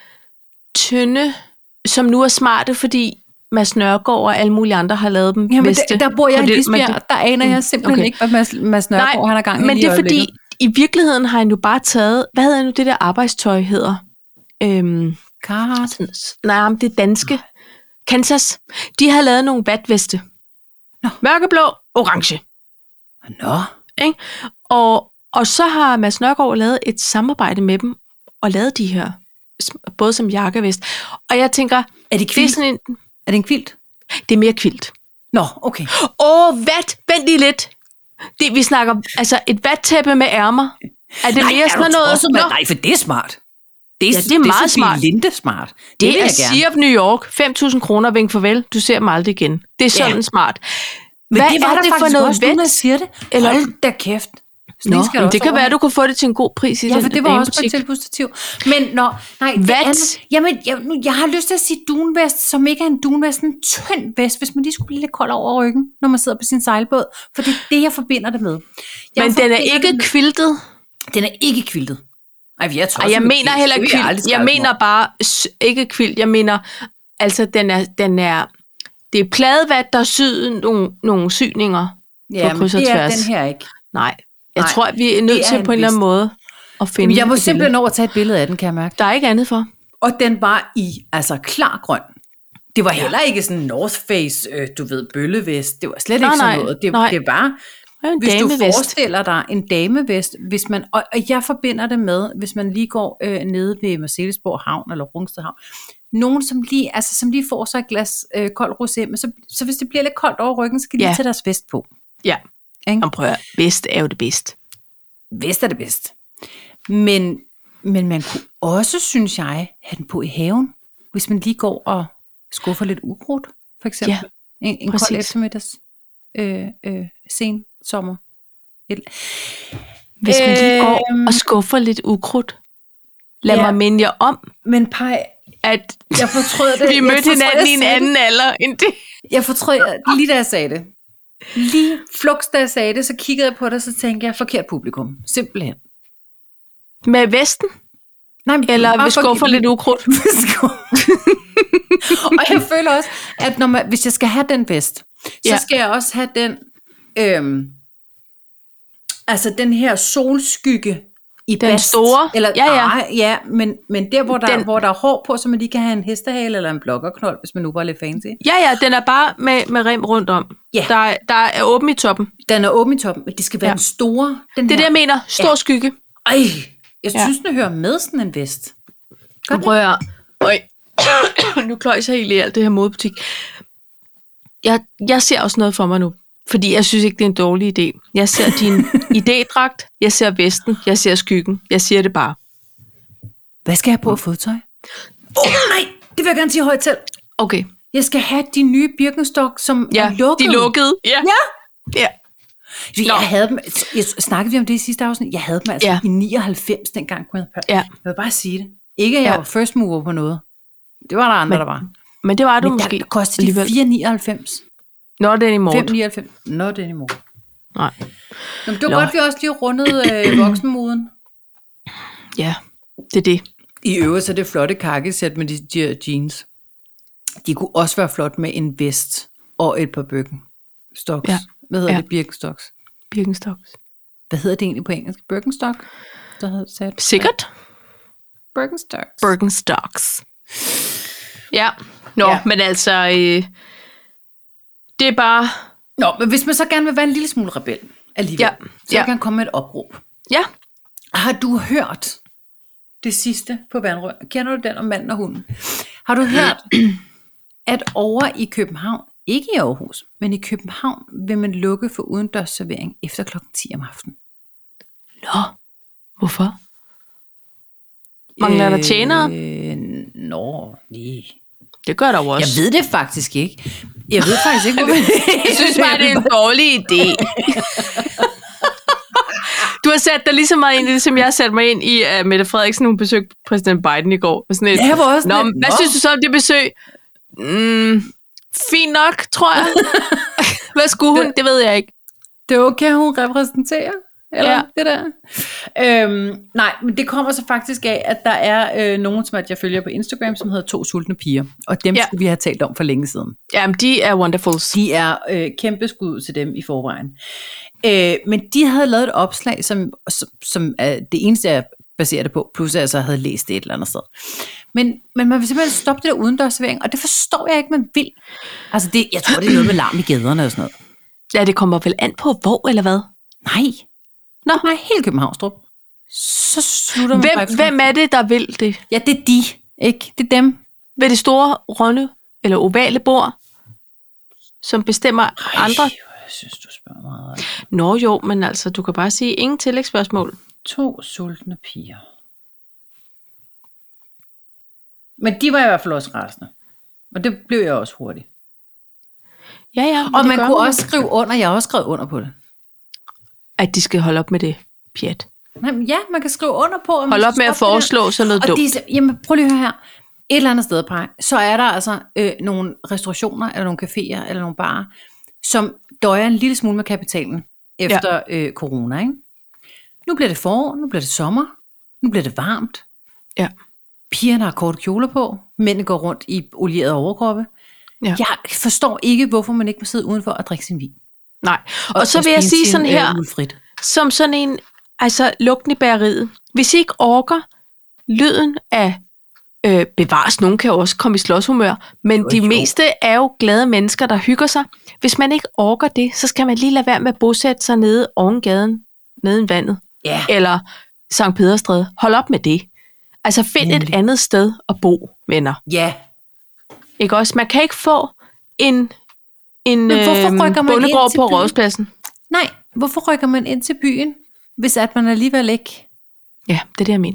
Speaker 2: tynde, som nu er smarte, fordi Mads Nørgaard og alle mulige andre har lavet dem?
Speaker 1: Jamen,
Speaker 2: veste?
Speaker 1: der, der bor jeg
Speaker 2: Og
Speaker 1: i
Speaker 2: det-
Speaker 1: Lisbjerg,
Speaker 2: men det-
Speaker 1: der aner jeg simpelthen
Speaker 2: Okay.
Speaker 1: okay. ikke, hvad Mads, Mads Nørgaard
Speaker 2: Nej,
Speaker 1: han har gang i
Speaker 2: men
Speaker 1: lige
Speaker 2: det
Speaker 1: i
Speaker 2: er fordi,
Speaker 1: øjeblikket.
Speaker 2: i virkeligheden har han jo bare taget, hvad hedder nu det der arbejdstøj hedder? Øhm,
Speaker 1: Carhartt.
Speaker 2: nej, men det er danske. Kansas. De har lavet nogle vatveste.
Speaker 1: Nå.
Speaker 2: Mørkeblå, orange.
Speaker 1: Nå.
Speaker 2: Ikke? Og, og så har Mads Nørgaard lavet et samarbejde med dem, og lavet de her, s- både som jakkevest. Og jeg tænker,
Speaker 1: Er det
Speaker 2: det er,
Speaker 1: kvilt?
Speaker 2: sådan en,
Speaker 1: Er det en kvilt?
Speaker 2: det er mere kvilt.
Speaker 1: Nå, okay.
Speaker 2: Åh, vat, vent lige lidt. Det, vi snakker, altså et vattæppe med ærmer. Er det
Speaker 1: Nej,
Speaker 2: mere
Speaker 1: er
Speaker 2: sådan
Speaker 1: du
Speaker 2: noget?
Speaker 1: tosset, mand?
Speaker 2: Nå,
Speaker 1: Nej, for det er smart. Det er,
Speaker 2: Ja, det er meget smart.
Speaker 1: Linde smart. Det,
Speaker 2: det
Speaker 1: vil
Speaker 2: er
Speaker 1: jeg gerne.
Speaker 2: Sea of New York. fem tusind kroner, vink farvel. Du ser dem aldrig igen. Det er sådan
Speaker 1: Ja.
Speaker 2: smart.
Speaker 1: Men
Speaker 2: Hvad
Speaker 1: det var
Speaker 2: er
Speaker 1: der
Speaker 2: det for
Speaker 1: faktisk
Speaker 2: noget
Speaker 1: også, nu, når jeg
Speaker 2: vest?
Speaker 1: siger det.
Speaker 2: Eller-
Speaker 1: Hold da kæft. Sådan
Speaker 2: Nå,
Speaker 1: en skal der
Speaker 2: men
Speaker 1: også
Speaker 2: det kan
Speaker 1: over.
Speaker 2: være, du kan få det til en god pris i
Speaker 1: Ja,
Speaker 2: den
Speaker 1: for det var også på et
Speaker 2: damebutik.
Speaker 1: tilbudsstativ. Men nå, nej, det
Speaker 2: Vat?
Speaker 1: andet, jamen, jeg, nu, jeg har lyst til at sige dunvest, som ikke er en dunvest, en tynd vest, hvis man lige skulle blive lidt kold over ryggen, når man sidder på sin sejlbåd. For det er det, jeg forbinder det med. Jeg
Speaker 2: Men den er
Speaker 1: forbinder
Speaker 2: ikke
Speaker 1: det med-
Speaker 2: kviltet.
Speaker 1: Den er ikke kviltet. Ej, jeg,
Speaker 2: Ej, jeg mener heller ikke kvilt. Jeg mener bare s- ikke kvilt. Jeg mener, altså den er, den er, det er pladevat, der er syet nogle, nogle syninger
Speaker 1: ja,
Speaker 2: på kryds og
Speaker 1: det er
Speaker 2: tværs.
Speaker 1: den her ikke.
Speaker 2: Nej, jeg
Speaker 1: Nej,
Speaker 2: tror, at vi er nødt
Speaker 1: det er
Speaker 2: til
Speaker 1: en
Speaker 2: på en eller anden
Speaker 1: vest.
Speaker 2: måde at finde
Speaker 1: Jamen, jeg må
Speaker 2: et
Speaker 1: simpelthen
Speaker 2: billede.
Speaker 1: nå at tage et billede af den, kan jeg mærke.
Speaker 2: Der er ikke andet for.
Speaker 1: Og den var i, altså klar grøn. Det var heller ikke sådan North Face, øh, du ved, bøllevest. Det var slet
Speaker 2: Nej,
Speaker 1: ikke sådan
Speaker 2: nej,
Speaker 1: noget. Det,
Speaker 2: nej.
Speaker 1: det var,
Speaker 2: Det er en
Speaker 1: hvis du
Speaker 2: damevest.
Speaker 1: forestiller dig en damevest, hvis man, og, og jeg forbinder det med, hvis man lige går øh, nede ved Marselisborg Havn, eller Rungsted Havn, nogen, som lige, altså, som lige får sig et glas øh, kold rosé, men så, så hvis det bliver lidt koldt over ryggen, så skal de
Speaker 2: Ja.
Speaker 1: lige tage deres vest på.
Speaker 2: Ja.
Speaker 1: Ikke?
Speaker 2: Nå, prøv at høre. Vest er jo det bedste.
Speaker 1: Vest er det bedst. Men, Men man kunne også, synes jeg, have den på i haven, hvis man lige går og skuffer lidt ukrudt, for eksempel.
Speaker 2: Ja,
Speaker 1: en en
Speaker 2: præcis.
Speaker 1: kold eftermiddags øh, øh, sen sommer. Et,
Speaker 2: Hvis man lige går
Speaker 1: Øhm.
Speaker 2: og skuffer lidt ukrudt. Lad
Speaker 1: Ja.
Speaker 2: mig minde jer om,
Speaker 1: men Paj,
Speaker 2: at
Speaker 1: jeg fortrød det.
Speaker 2: vi
Speaker 1: Jeg
Speaker 2: mødte
Speaker 1: fortrød,
Speaker 2: hinanden
Speaker 1: jeg
Speaker 2: i en
Speaker 1: sagde
Speaker 2: anden
Speaker 1: det.
Speaker 2: alder end det.
Speaker 1: Jeg fortrød, lige da jeg sagde det. Lige fluks, da jeg sagde det, så kiggede jeg på det, så tænkte jeg, forkert publikum. Simpelthen.
Speaker 2: Med vesten?
Speaker 1: Nej, men
Speaker 2: Eller
Speaker 1: bare
Speaker 2: vi
Speaker 1: for-
Speaker 2: skuffer lidt ukrudt?
Speaker 1: Og jeg føler også, at når man, hvis jeg skal have den vest, så
Speaker 2: Ja.
Speaker 1: skal jeg også have den, øhm, altså den her solskygge i
Speaker 2: Den
Speaker 1: bast.
Speaker 2: store?
Speaker 1: Eller,
Speaker 2: Ja, ja.
Speaker 1: Ej, ja, men, men der, hvor der,
Speaker 2: Den-
Speaker 1: hvor der er hår på, så man lige kan have en hestehale eller en blokkerknold, hvis man nu var lidt fancy.
Speaker 2: Ja, ja, den er bare med, med rem rundt om.
Speaker 1: Ja.
Speaker 2: Der, er- der er åben i toppen.
Speaker 1: Den er åben i toppen, men det skal være
Speaker 2: Ja.
Speaker 1: den store. Den
Speaker 2: Det er det,
Speaker 1: her.
Speaker 2: jeg mener. Stor
Speaker 1: Ja.
Speaker 2: skygge.
Speaker 1: Ej, jeg
Speaker 2: Ja.
Speaker 1: synes, den hører med sådan en vest. Gør den?
Speaker 2: Prøv at Øj. Nu kløjser jeg helt i alt det her modebutik. Jeg, jeg ser også noget for mig nu. Fordi jeg synes ikke, det er en dårlig idé. Jeg ser din idédragt, jeg ser vesten, jeg ser skyggen. Jeg siger det bare.
Speaker 1: Hvad skal jeg have på af fodtøj? Åh oh, nej, det vil jeg gerne sige højt til.
Speaker 2: Okay.
Speaker 1: Jeg skal have de nye Birkenstock, som
Speaker 2: Ja,
Speaker 1: er lukket.
Speaker 2: de lukkede. Ja.
Speaker 1: Ja.
Speaker 2: Ja.
Speaker 1: Så jeg
Speaker 2: Nå.
Speaker 1: havde dem, jeg snakkede vi om det i sidste afsnit, jeg havde dem altså
Speaker 2: Ja.
Speaker 1: i nioghalvfems dengang. Jeg
Speaker 2: Ja.
Speaker 1: vil bare sige det. Ikke at jeg
Speaker 2: Ja.
Speaker 1: var first mover på noget. Det var der andre,
Speaker 2: Men-
Speaker 1: der var.
Speaker 2: Men det var du
Speaker 1: Men
Speaker 2: måske.
Speaker 1: der kostede de
Speaker 2: alligevel.
Speaker 1: fire nioghalvfems.
Speaker 2: Nå, det er i morgen.
Speaker 1: fem nioghalvfems. Nå, det er i morgen.
Speaker 2: Nej.
Speaker 1: Nå, men det var
Speaker 2: Nå.
Speaker 1: godt, vi også lige rundede øh, voksenmoden.
Speaker 2: Ja, det er det.
Speaker 1: I øvrigt så er det flotte kakkesæt med de, de her jeans. De kunne også være flot med en vest og et par Birkenstocks.
Speaker 2: Ja.
Speaker 1: Hvad hedder
Speaker 2: Ja.
Speaker 1: det? Birkenstocks.
Speaker 2: Birkenstocks.
Speaker 1: Hvad hedder det egentlig på engelsk? Birkenstock? Der havde sat
Speaker 2: Sikkert.
Speaker 1: Birkenstocks.
Speaker 2: Birkenstocks. Ja. Nå,
Speaker 1: Ja.
Speaker 2: ja. Men altså, øh, det er bare...
Speaker 1: Nå, men hvis man så gerne vil være en lille smule rebel alligevel,
Speaker 2: Ja.
Speaker 1: så
Speaker 2: Ja.
Speaker 1: kan man komme med et opråb.
Speaker 2: Ja,
Speaker 1: Har du hørt det sidste på Vandrød? Kender du den om manden og hunden? Har du hørt, at over i København, ikke i Aarhus, men i København, vil man lukke for udendørs servering efter klokken ti om aftenen?
Speaker 2: Nå, hvorfor? Mangler der tjenere?
Speaker 1: Øh, nå, nej.
Speaker 2: Det gør der jo også.
Speaker 1: Jeg ved det faktisk ikke. Jeg ved faktisk ikke, hvorfor.
Speaker 2: Jeg synes bare, det er en dårlig idé. Du har sat dig lige så meget ind i det, som jeg har sat mig ind i, at Mette Frederiksen hun besøgte præsident Biden i går. Og sådan et,
Speaker 1: Ja, jeg var også
Speaker 2: Nå,
Speaker 1: lidt,
Speaker 2: hvad
Speaker 1: nå.
Speaker 2: synes du så om det besøg? Mm, fint nok, tror jeg. Hvad skulle hun? Det ved jeg ikke.
Speaker 1: Det er okay, hun repræsenterer, eller
Speaker 2: Ja.
Speaker 1: ja. det der. Øhm, nej, men det kommer så faktisk af, at der er øh, nogen, som at jeg følger på Instagram, som hedder To Sultne Piger. Og dem
Speaker 2: Ja.
Speaker 1: ja. skulle vi have talt om for længe siden.
Speaker 2: Jamen, de er wonderfuls.
Speaker 1: De er øh, kæmpe skud til dem i forvejen. Øh, men de havde lavet et opslag, som, som, som er det eneste, jeg baserer det på, plus at jeg så havde læst det et eller andet sted. Men, men man vil simpelthen stoppe det der udendørsservering, og det forstår jeg ikke, man vil. Altså, det, jeg tror, det er noget med larm i gaderne og sådan noget.
Speaker 2: Ja, det kommer vel an på, hvor eller hvad?
Speaker 1: Nej.
Speaker 2: Nå.
Speaker 1: Nå. Nej, helt Københavnstrup. Så slutter man
Speaker 2: Hvem,
Speaker 1: faktisk-
Speaker 2: hvem er det, der vil det?
Speaker 1: Ja, det er de, ikke? Det er dem.
Speaker 2: Ved det store, runde eller ovale bord, som bestemmer Ej. andre?
Speaker 1: Jeg synes, du spørger meget.
Speaker 2: Nå jo, men altså, du kan bare sige ingen tillægsspørgsmål.
Speaker 1: To sultne piger. Men de var i hvert fald også rasende. Og det blev jeg også hurtigt.
Speaker 2: Ja, ja. men
Speaker 1: Og
Speaker 2: det
Speaker 1: man
Speaker 2: gør
Speaker 1: kunne også skrive under, jeg har også skrevet under på det.
Speaker 2: At de skal holde op med det pjat.
Speaker 1: Nej, men ja, man kan skrive under på, at man
Speaker 2: Hold op
Speaker 1: skal
Speaker 2: med at
Speaker 1: stoppe det der.
Speaker 2: foreslå sådan noget
Speaker 1: Og
Speaker 2: dumt.
Speaker 1: de, siger, jamen prøv lige at høre her. Et eller andet sted, Paj, så er der altså øh, nogle restaurationer, eller nogle caféer, eller nogle barer, som døjer en lille smule med kapitalen efter ja. øh, corona, ikke? Nu bliver det forår, nu bliver det sommer, nu bliver det varmt.
Speaker 2: Ja.
Speaker 1: Pigerne har korte kjoler på, mændene går rundt i olieret overkroppe.
Speaker 2: Ja.
Speaker 1: Jeg forstår ikke, hvorfor man ikke må sidde udenfor og drikke sin vin.
Speaker 2: Nej. Og, og så vil jeg
Speaker 1: spise
Speaker 2: sige
Speaker 1: sin,
Speaker 2: sådan her,
Speaker 1: Øh, ulfrit.
Speaker 2: som sådan en, altså lugten i bageriet. Hvis I ikke orker lyden af øh, bevares, nogen kan jo også komme i slåshumør, men
Speaker 1: Jo,
Speaker 2: de
Speaker 1: jo.
Speaker 2: meste er jo glade mennesker, der hygger sig. Hvis man ikke orker det, så skal man lige lade være med at bosætte sig nede oven gaden, nede i vandet,
Speaker 1: Ja.
Speaker 2: eller Sankt Pederstræde. Hold op med det. Altså find
Speaker 1: Nemlig.
Speaker 2: et andet sted at bo, venner.
Speaker 1: Ja.
Speaker 2: Ikke også? Man kan ikke få en, en
Speaker 1: Men hvorfor
Speaker 2: øhm,
Speaker 1: rykker man
Speaker 2: bondegård
Speaker 1: ind til
Speaker 2: på
Speaker 1: byen?
Speaker 2: Rådhuspladsen.
Speaker 1: Nej, hvorfor rykker man ind til byen, hvis at man alligevel ikke...
Speaker 2: Ja, det er det, jeg mener.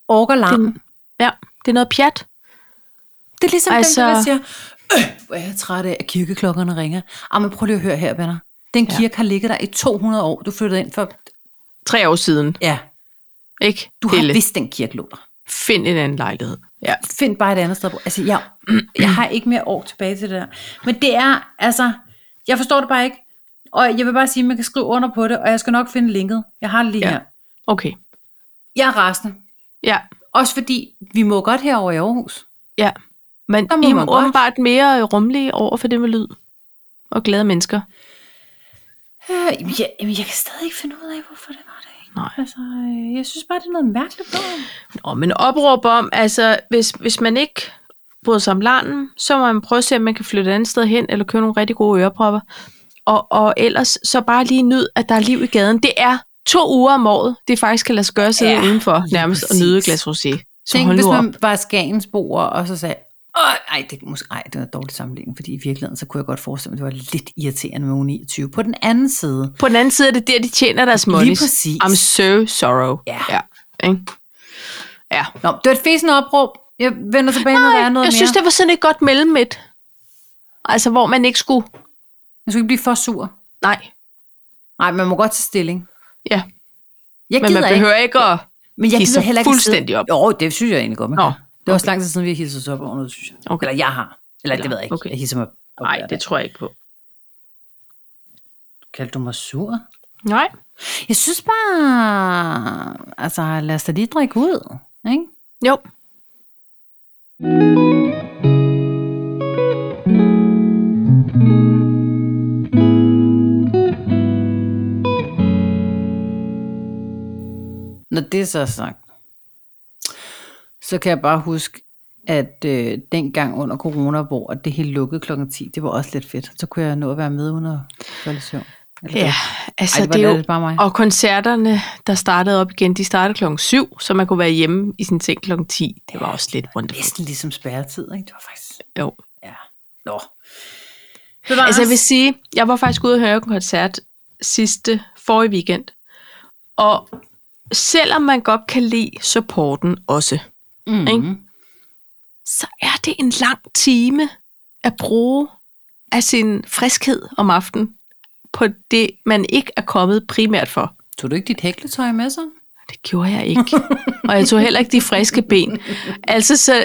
Speaker 1: orker larm.
Speaker 2: Det, ja, det er noget pjat.
Speaker 1: Det er ligesom
Speaker 2: Altså-
Speaker 1: dem, der siger, øh, hvor er jeg træt af, at kirkeklokkerne ringer. Ah, men prøv lige at høre her, venner. Den kirke ja. har ligget der i to hundrede år. Du flyttede ind for...
Speaker 2: Tre år siden.
Speaker 1: Ja,
Speaker 2: Ikke?
Speaker 1: du
Speaker 2: Pille.
Speaker 1: har vidst, den kirke lå der.
Speaker 2: Find en anden lejlighed. Ja.
Speaker 1: Find bare et andet sted. Altså, jeg, jeg har ikke mere år tilbage til det der. Men det er, altså... Jeg forstår det bare ikke. Og jeg vil bare sige, at man kan skrive under på det, og jeg skal nok finde linket. Jeg har det lige
Speaker 2: Ja.
Speaker 1: her.
Speaker 2: Okay.
Speaker 1: Jeg er rasende.
Speaker 2: Ja.
Speaker 1: Også fordi, vi må godt herovre i Aarhus.
Speaker 2: Ja. Men
Speaker 1: Der må
Speaker 2: I er
Speaker 1: man godt.
Speaker 2: åbenbart mere rummelige over for det med lyd. Og glade mennesker.
Speaker 1: Øh, jamen, jeg, jamen, jeg kan stadig ikke finde ud af, hvorfor det var det ikke.
Speaker 2: Nej.
Speaker 1: Altså, øh, jeg synes bare, det er noget mærkeligt på.
Speaker 2: Nå, men opråb om, altså, hvis, hvis man ikke bryder sig om larmen, så må man prøve at se, om man kan flytte et andet sted hen, eller købe nogle rigtig gode ørepropper. Og, og ellers så bare lige nyd, at der er liv i gaden. Det er to uger om året, det faktisk kan lade sig gøre sidde
Speaker 1: Ja,
Speaker 2: ja, udenfor
Speaker 1: lige
Speaker 2: nærmest
Speaker 1: præcis.
Speaker 2: og nyde et glas rosé. Så
Speaker 1: Tænk,
Speaker 2: hold
Speaker 1: hvis
Speaker 2: nu op.
Speaker 1: man var skagensboer, og så sagde, åh, ej, det, måske, ej, det var en dårlig sammenligning, fordi i virkeligheden, så kunne jeg godt forestille mig, at det var lidt irriterende med uge niogtyve. På den anden side,
Speaker 2: På den anden side er det der, de tjener deres money.
Speaker 1: Lige præcis.
Speaker 2: I'm so sorrow.
Speaker 1: Ja.
Speaker 2: Ja. Ikke? Ja.
Speaker 1: nå, det var et fæsende opråb. Jeg vender tilbage, når der er noget
Speaker 2: jeg
Speaker 1: mere.
Speaker 2: synes, det var sådan et godt mellemmidt. Altså, hvor man ikke skulle...
Speaker 1: Jeg skulle ikke blive for sur.
Speaker 2: Nej.
Speaker 1: Nej, man må godt tage stilling.
Speaker 2: Ja.
Speaker 1: Jeg
Speaker 2: Men
Speaker 1: gider
Speaker 2: man behøver ikke at...
Speaker 1: Men jeg
Speaker 2: hidse
Speaker 1: gider heller ikke
Speaker 2: fuldstændig
Speaker 1: sidde...
Speaker 2: op.
Speaker 1: Jo, det synes jeg egentlig godt, man
Speaker 2: Nå,
Speaker 1: kan. Det var også lang tid siden, vi har hisset os op over noget, synes jeg.
Speaker 2: Okay.
Speaker 1: Eller jeg har. Eller,
Speaker 2: Eller-
Speaker 1: det ved jeg ikke.
Speaker 2: okay.
Speaker 1: Jeg hisser mig op.
Speaker 2: Nej,
Speaker 1: hver
Speaker 2: det
Speaker 1: dag.
Speaker 2: tror jeg ikke på.
Speaker 1: Kaldte du mig sur?
Speaker 2: Nej.
Speaker 1: Jeg synes bare... Altså, lad os da lige drikke ud. Ikke?
Speaker 2: Jo.
Speaker 1: Når det så er sagt, så kan jeg bare huske, at øh, dengang under corona, hvor det hele lukkede klokken ti, det var også lidt fedt. Så kunne jeg nå at være med uden at falde i søvn. Eller
Speaker 2: Ja,
Speaker 1: det-
Speaker 2: altså
Speaker 1: Ej, det var
Speaker 2: det er jo...
Speaker 1: lidt bare mig.
Speaker 2: Og koncerterne, der startede op igen, de startede klokken syv, så man kunne være hjemme i sin seng klokken ti. Det var også lidt wonderful.
Speaker 1: Næsten ligesom spærretid, ikke? Det var faktisk...
Speaker 2: Jo.
Speaker 1: Ja. Nå.
Speaker 2: Altså jeg vil sige, jeg var faktisk ude og høre en koncert sidste forrige weekend. Og selvom man godt kan lide supporten også,
Speaker 1: mm-hmm.
Speaker 2: ikke? Så er det en lang time at bruge af sin friskhed om aftenen på det, man ikke er kommet primært for.
Speaker 1: Tog du ikke dit hækletøj med så?
Speaker 2: Det gjorde jeg ikke. Og jeg tog heller ikke de friske ben. Altså så...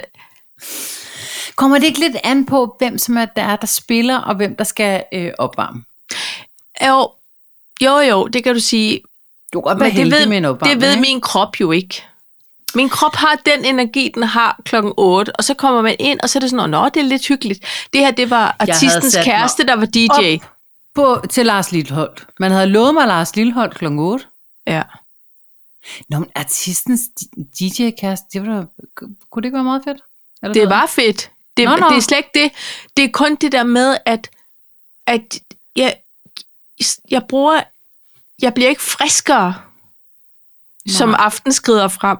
Speaker 1: Kommer det ikke lidt an på, hvem som er der, der spiller, og hvem der skal øh, opvarme?
Speaker 2: Jo, jo, jo, det kan du sige.
Speaker 1: Du kan godt være
Speaker 2: Men det
Speaker 1: heldig
Speaker 2: ved,
Speaker 1: med en opvarmning.
Speaker 2: det ved
Speaker 1: ikke?
Speaker 2: min krop jo ikke. Min krop har den energi, den har klokken otte, og så kommer man ind, og så er det sådan, nå, det er lidt hyggeligt. Det her, det var
Speaker 1: havde
Speaker 2: artistens
Speaker 1: sat mig
Speaker 2: kæreste, der var D J.
Speaker 1: Op på, til Lars Lilholt. Man havde lovet mig Lars Lilholt klokken otte.
Speaker 2: Ja.
Speaker 1: Nå, men artistens D J-kæreste, det var da, kunne det ikke være meget fedt? Eller
Speaker 2: Det
Speaker 1: hvad?
Speaker 2: var fedt. Det,
Speaker 1: Nå, nå.
Speaker 2: det er slet ikke det. Det er kun det der med, at, at jeg, jeg bruger, jeg bliver ikke friskere,
Speaker 1: Nej.
Speaker 2: som aften skrider frem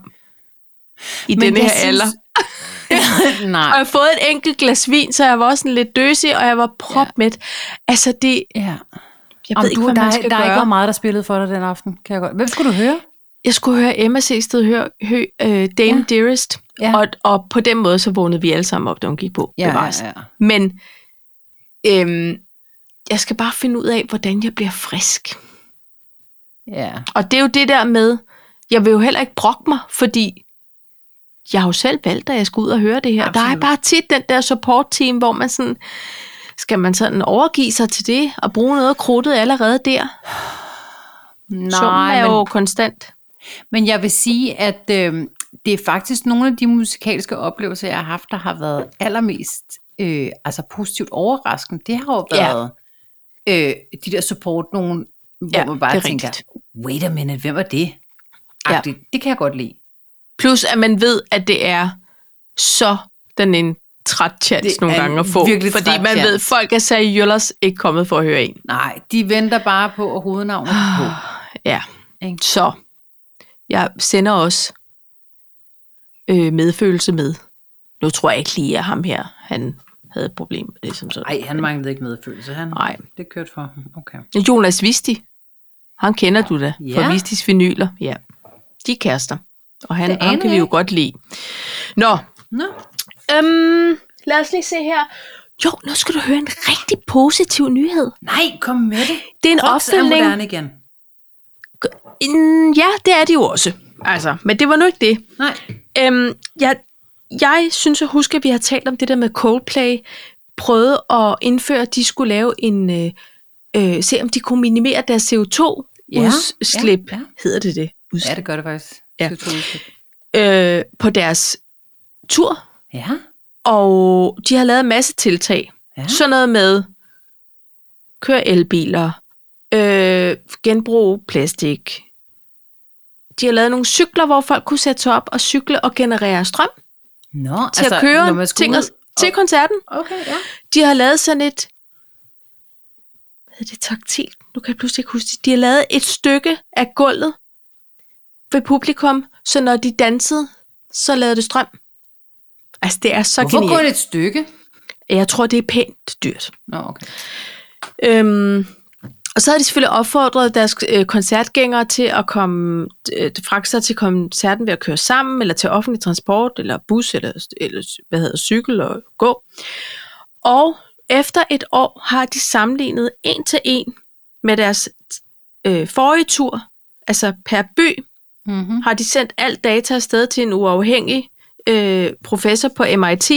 Speaker 2: i
Speaker 1: Men
Speaker 2: denne
Speaker 1: jeg
Speaker 2: her
Speaker 1: synes-
Speaker 2: alder.
Speaker 1: Nej.
Speaker 2: Og jeg har fået et enkelt glas vin, så jeg var også sådan lidt døsig, og jeg var propmæt. Altså det,
Speaker 1: Ja.
Speaker 2: jeg
Speaker 1: Om
Speaker 2: ved ikke,
Speaker 1: du,
Speaker 2: hvad
Speaker 1: der,
Speaker 2: man
Speaker 1: er-
Speaker 2: skal
Speaker 1: der er ikke
Speaker 2: gøre.
Speaker 1: været meget, der spillede for dig den aften. Kan jeg godt. Hvem skulle du høre?
Speaker 2: Jeg skulle høre Emma Seested høre, høre uh, Dame
Speaker 1: Ja.
Speaker 2: ja. Dearest,
Speaker 1: Ja.
Speaker 2: og, og på den måde så vågnede vi alle sammen op, da hun gik på.
Speaker 1: Ja,
Speaker 2: bevares.
Speaker 1: ja, ja.
Speaker 2: Men øhm, jeg skal bare finde ud af, hvordan jeg bliver frisk.
Speaker 1: Ja.
Speaker 2: Og det er jo det der med, jeg vil jo heller ikke brokke mig, fordi jeg har jo selv valgt, at jeg skal ud og høre det her.
Speaker 1: Absolut.
Speaker 2: Der er bare tit den der support team, hvor man sådan, skal man sådan overgive sig til det, og bruge noget af krudtet allerede der? Summen
Speaker 1: Nej,
Speaker 2: er
Speaker 1: men,
Speaker 2: jo konstant.
Speaker 1: men jeg vil sige, at øh, det er faktisk nogle af de musikalske oplevelser, jeg har haft, der har været allermest øh, altså positivt overraskende. Det har jo
Speaker 2: Ja.
Speaker 1: været øh, de der support, nogen, hvor
Speaker 2: Ja,
Speaker 1: man bare
Speaker 2: det er
Speaker 1: tænker,
Speaker 2: rigtigt.
Speaker 1: wait a minute, hvem er det?
Speaker 2: Ja.
Speaker 1: Ja. Det kan jeg godt lide.
Speaker 2: Plus at man ved, at det er så den en træt chance
Speaker 1: Det
Speaker 2: nogle
Speaker 1: er
Speaker 2: gange
Speaker 1: en
Speaker 2: at få.
Speaker 1: virkelig
Speaker 2: Fordi
Speaker 1: træt
Speaker 2: man ved, at
Speaker 1: chance.
Speaker 2: folk er seriøst ikke kommet for at høre en.
Speaker 1: Nej, de venter bare på, at hovednavnet er på.
Speaker 2: Ja,
Speaker 1: Ikke?
Speaker 2: så jeg sender også øh, medfølelse med. Nu tror jeg ikke lige, at ham her, han havde et problem med det som sådan.
Speaker 1: Nej, han manglede ikke medfølelse. Han,
Speaker 2: Nej.
Speaker 1: Det kørte for ham. Okay.
Speaker 2: Jonas Visti, han kender du da,
Speaker 1: Ja.
Speaker 2: fra Vistis vinyler. Ja, de er kærester. Og han,
Speaker 1: Det
Speaker 2: ham
Speaker 1: aner
Speaker 2: kan vi
Speaker 1: jeg
Speaker 2: jo
Speaker 1: ikke.
Speaker 2: godt lide. Nå,
Speaker 1: Nå.
Speaker 2: øhm, lad os lige se her. Jo, nu skal du høre en rigtig positiv nyhed.
Speaker 1: Nej, kom med det.
Speaker 2: Det er en
Speaker 1: Crocs er
Speaker 2: opfølgning.
Speaker 1: moderne igen.
Speaker 2: Mm, ja, det er de jo også. Altså, men det var nu ikke det.
Speaker 1: Nej.
Speaker 2: Øhm, jeg, jeg synes at huske, at vi har talt om det der med Coldplay. Prøvede at indføre, at de skulle lave en... Øh, øh, se om de kunne minimere deres C O to
Speaker 1: Ja,
Speaker 2: udslip.
Speaker 1: ja, ja.
Speaker 2: Hedder det det? Udslip.
Speaker 1: Ja, det gør det faktisk.
Speaker 2: Ja.
Speaker 1: C O to udslip.
Speaker 2: Øh, på deres tur.
Speaker 1: Ja.
Speaker 2: Og de har lavet en masse tiltag.
Speaker 1: Ja.
Speaker 2: Sådan noget med køre elbiler, øh, genbrug plastik. De har lavet nogle cykler, hvor folk kunne sætte sig op og cykle og generere strøm
Speaker 1: Nå,
Speaker 2: til altså, at køre ting og, til koncerten.
Speaker 1: Okay, ja.
Speaker 2: De har lavet sådan et, hvad hedder det, taktil? Nu kan jeg pludselig ikke huske det. De har lavet et stykke af gulvet ved publikum, så når de dansede, så lavede det strøm. Altså, det er så
Speaker 1: Hvorfor
Speaker 2: genialt.
Speaker 1: kun et stykke?
Speaker 2: Jeg tror, det er pænt dyrt.
Speaker 1: Nå, okay.
Speaker 2: Øhm, og så har de selvfølgelig opfordret deres øh, koncertgængere til at komme øh, fragte sig til koncerten ved at køre sammen, eller til offentlig transport, eller bus, eller, eller hvad hedder, cykel og gå. Og efter et år har de sammenlignet en til en med deres øh, forrige tur, altså per by,
Speaker 1: Mm-hmm.
Speaker 2: har de sendt alt data afsted til en uafhængig øh, professor på M I T,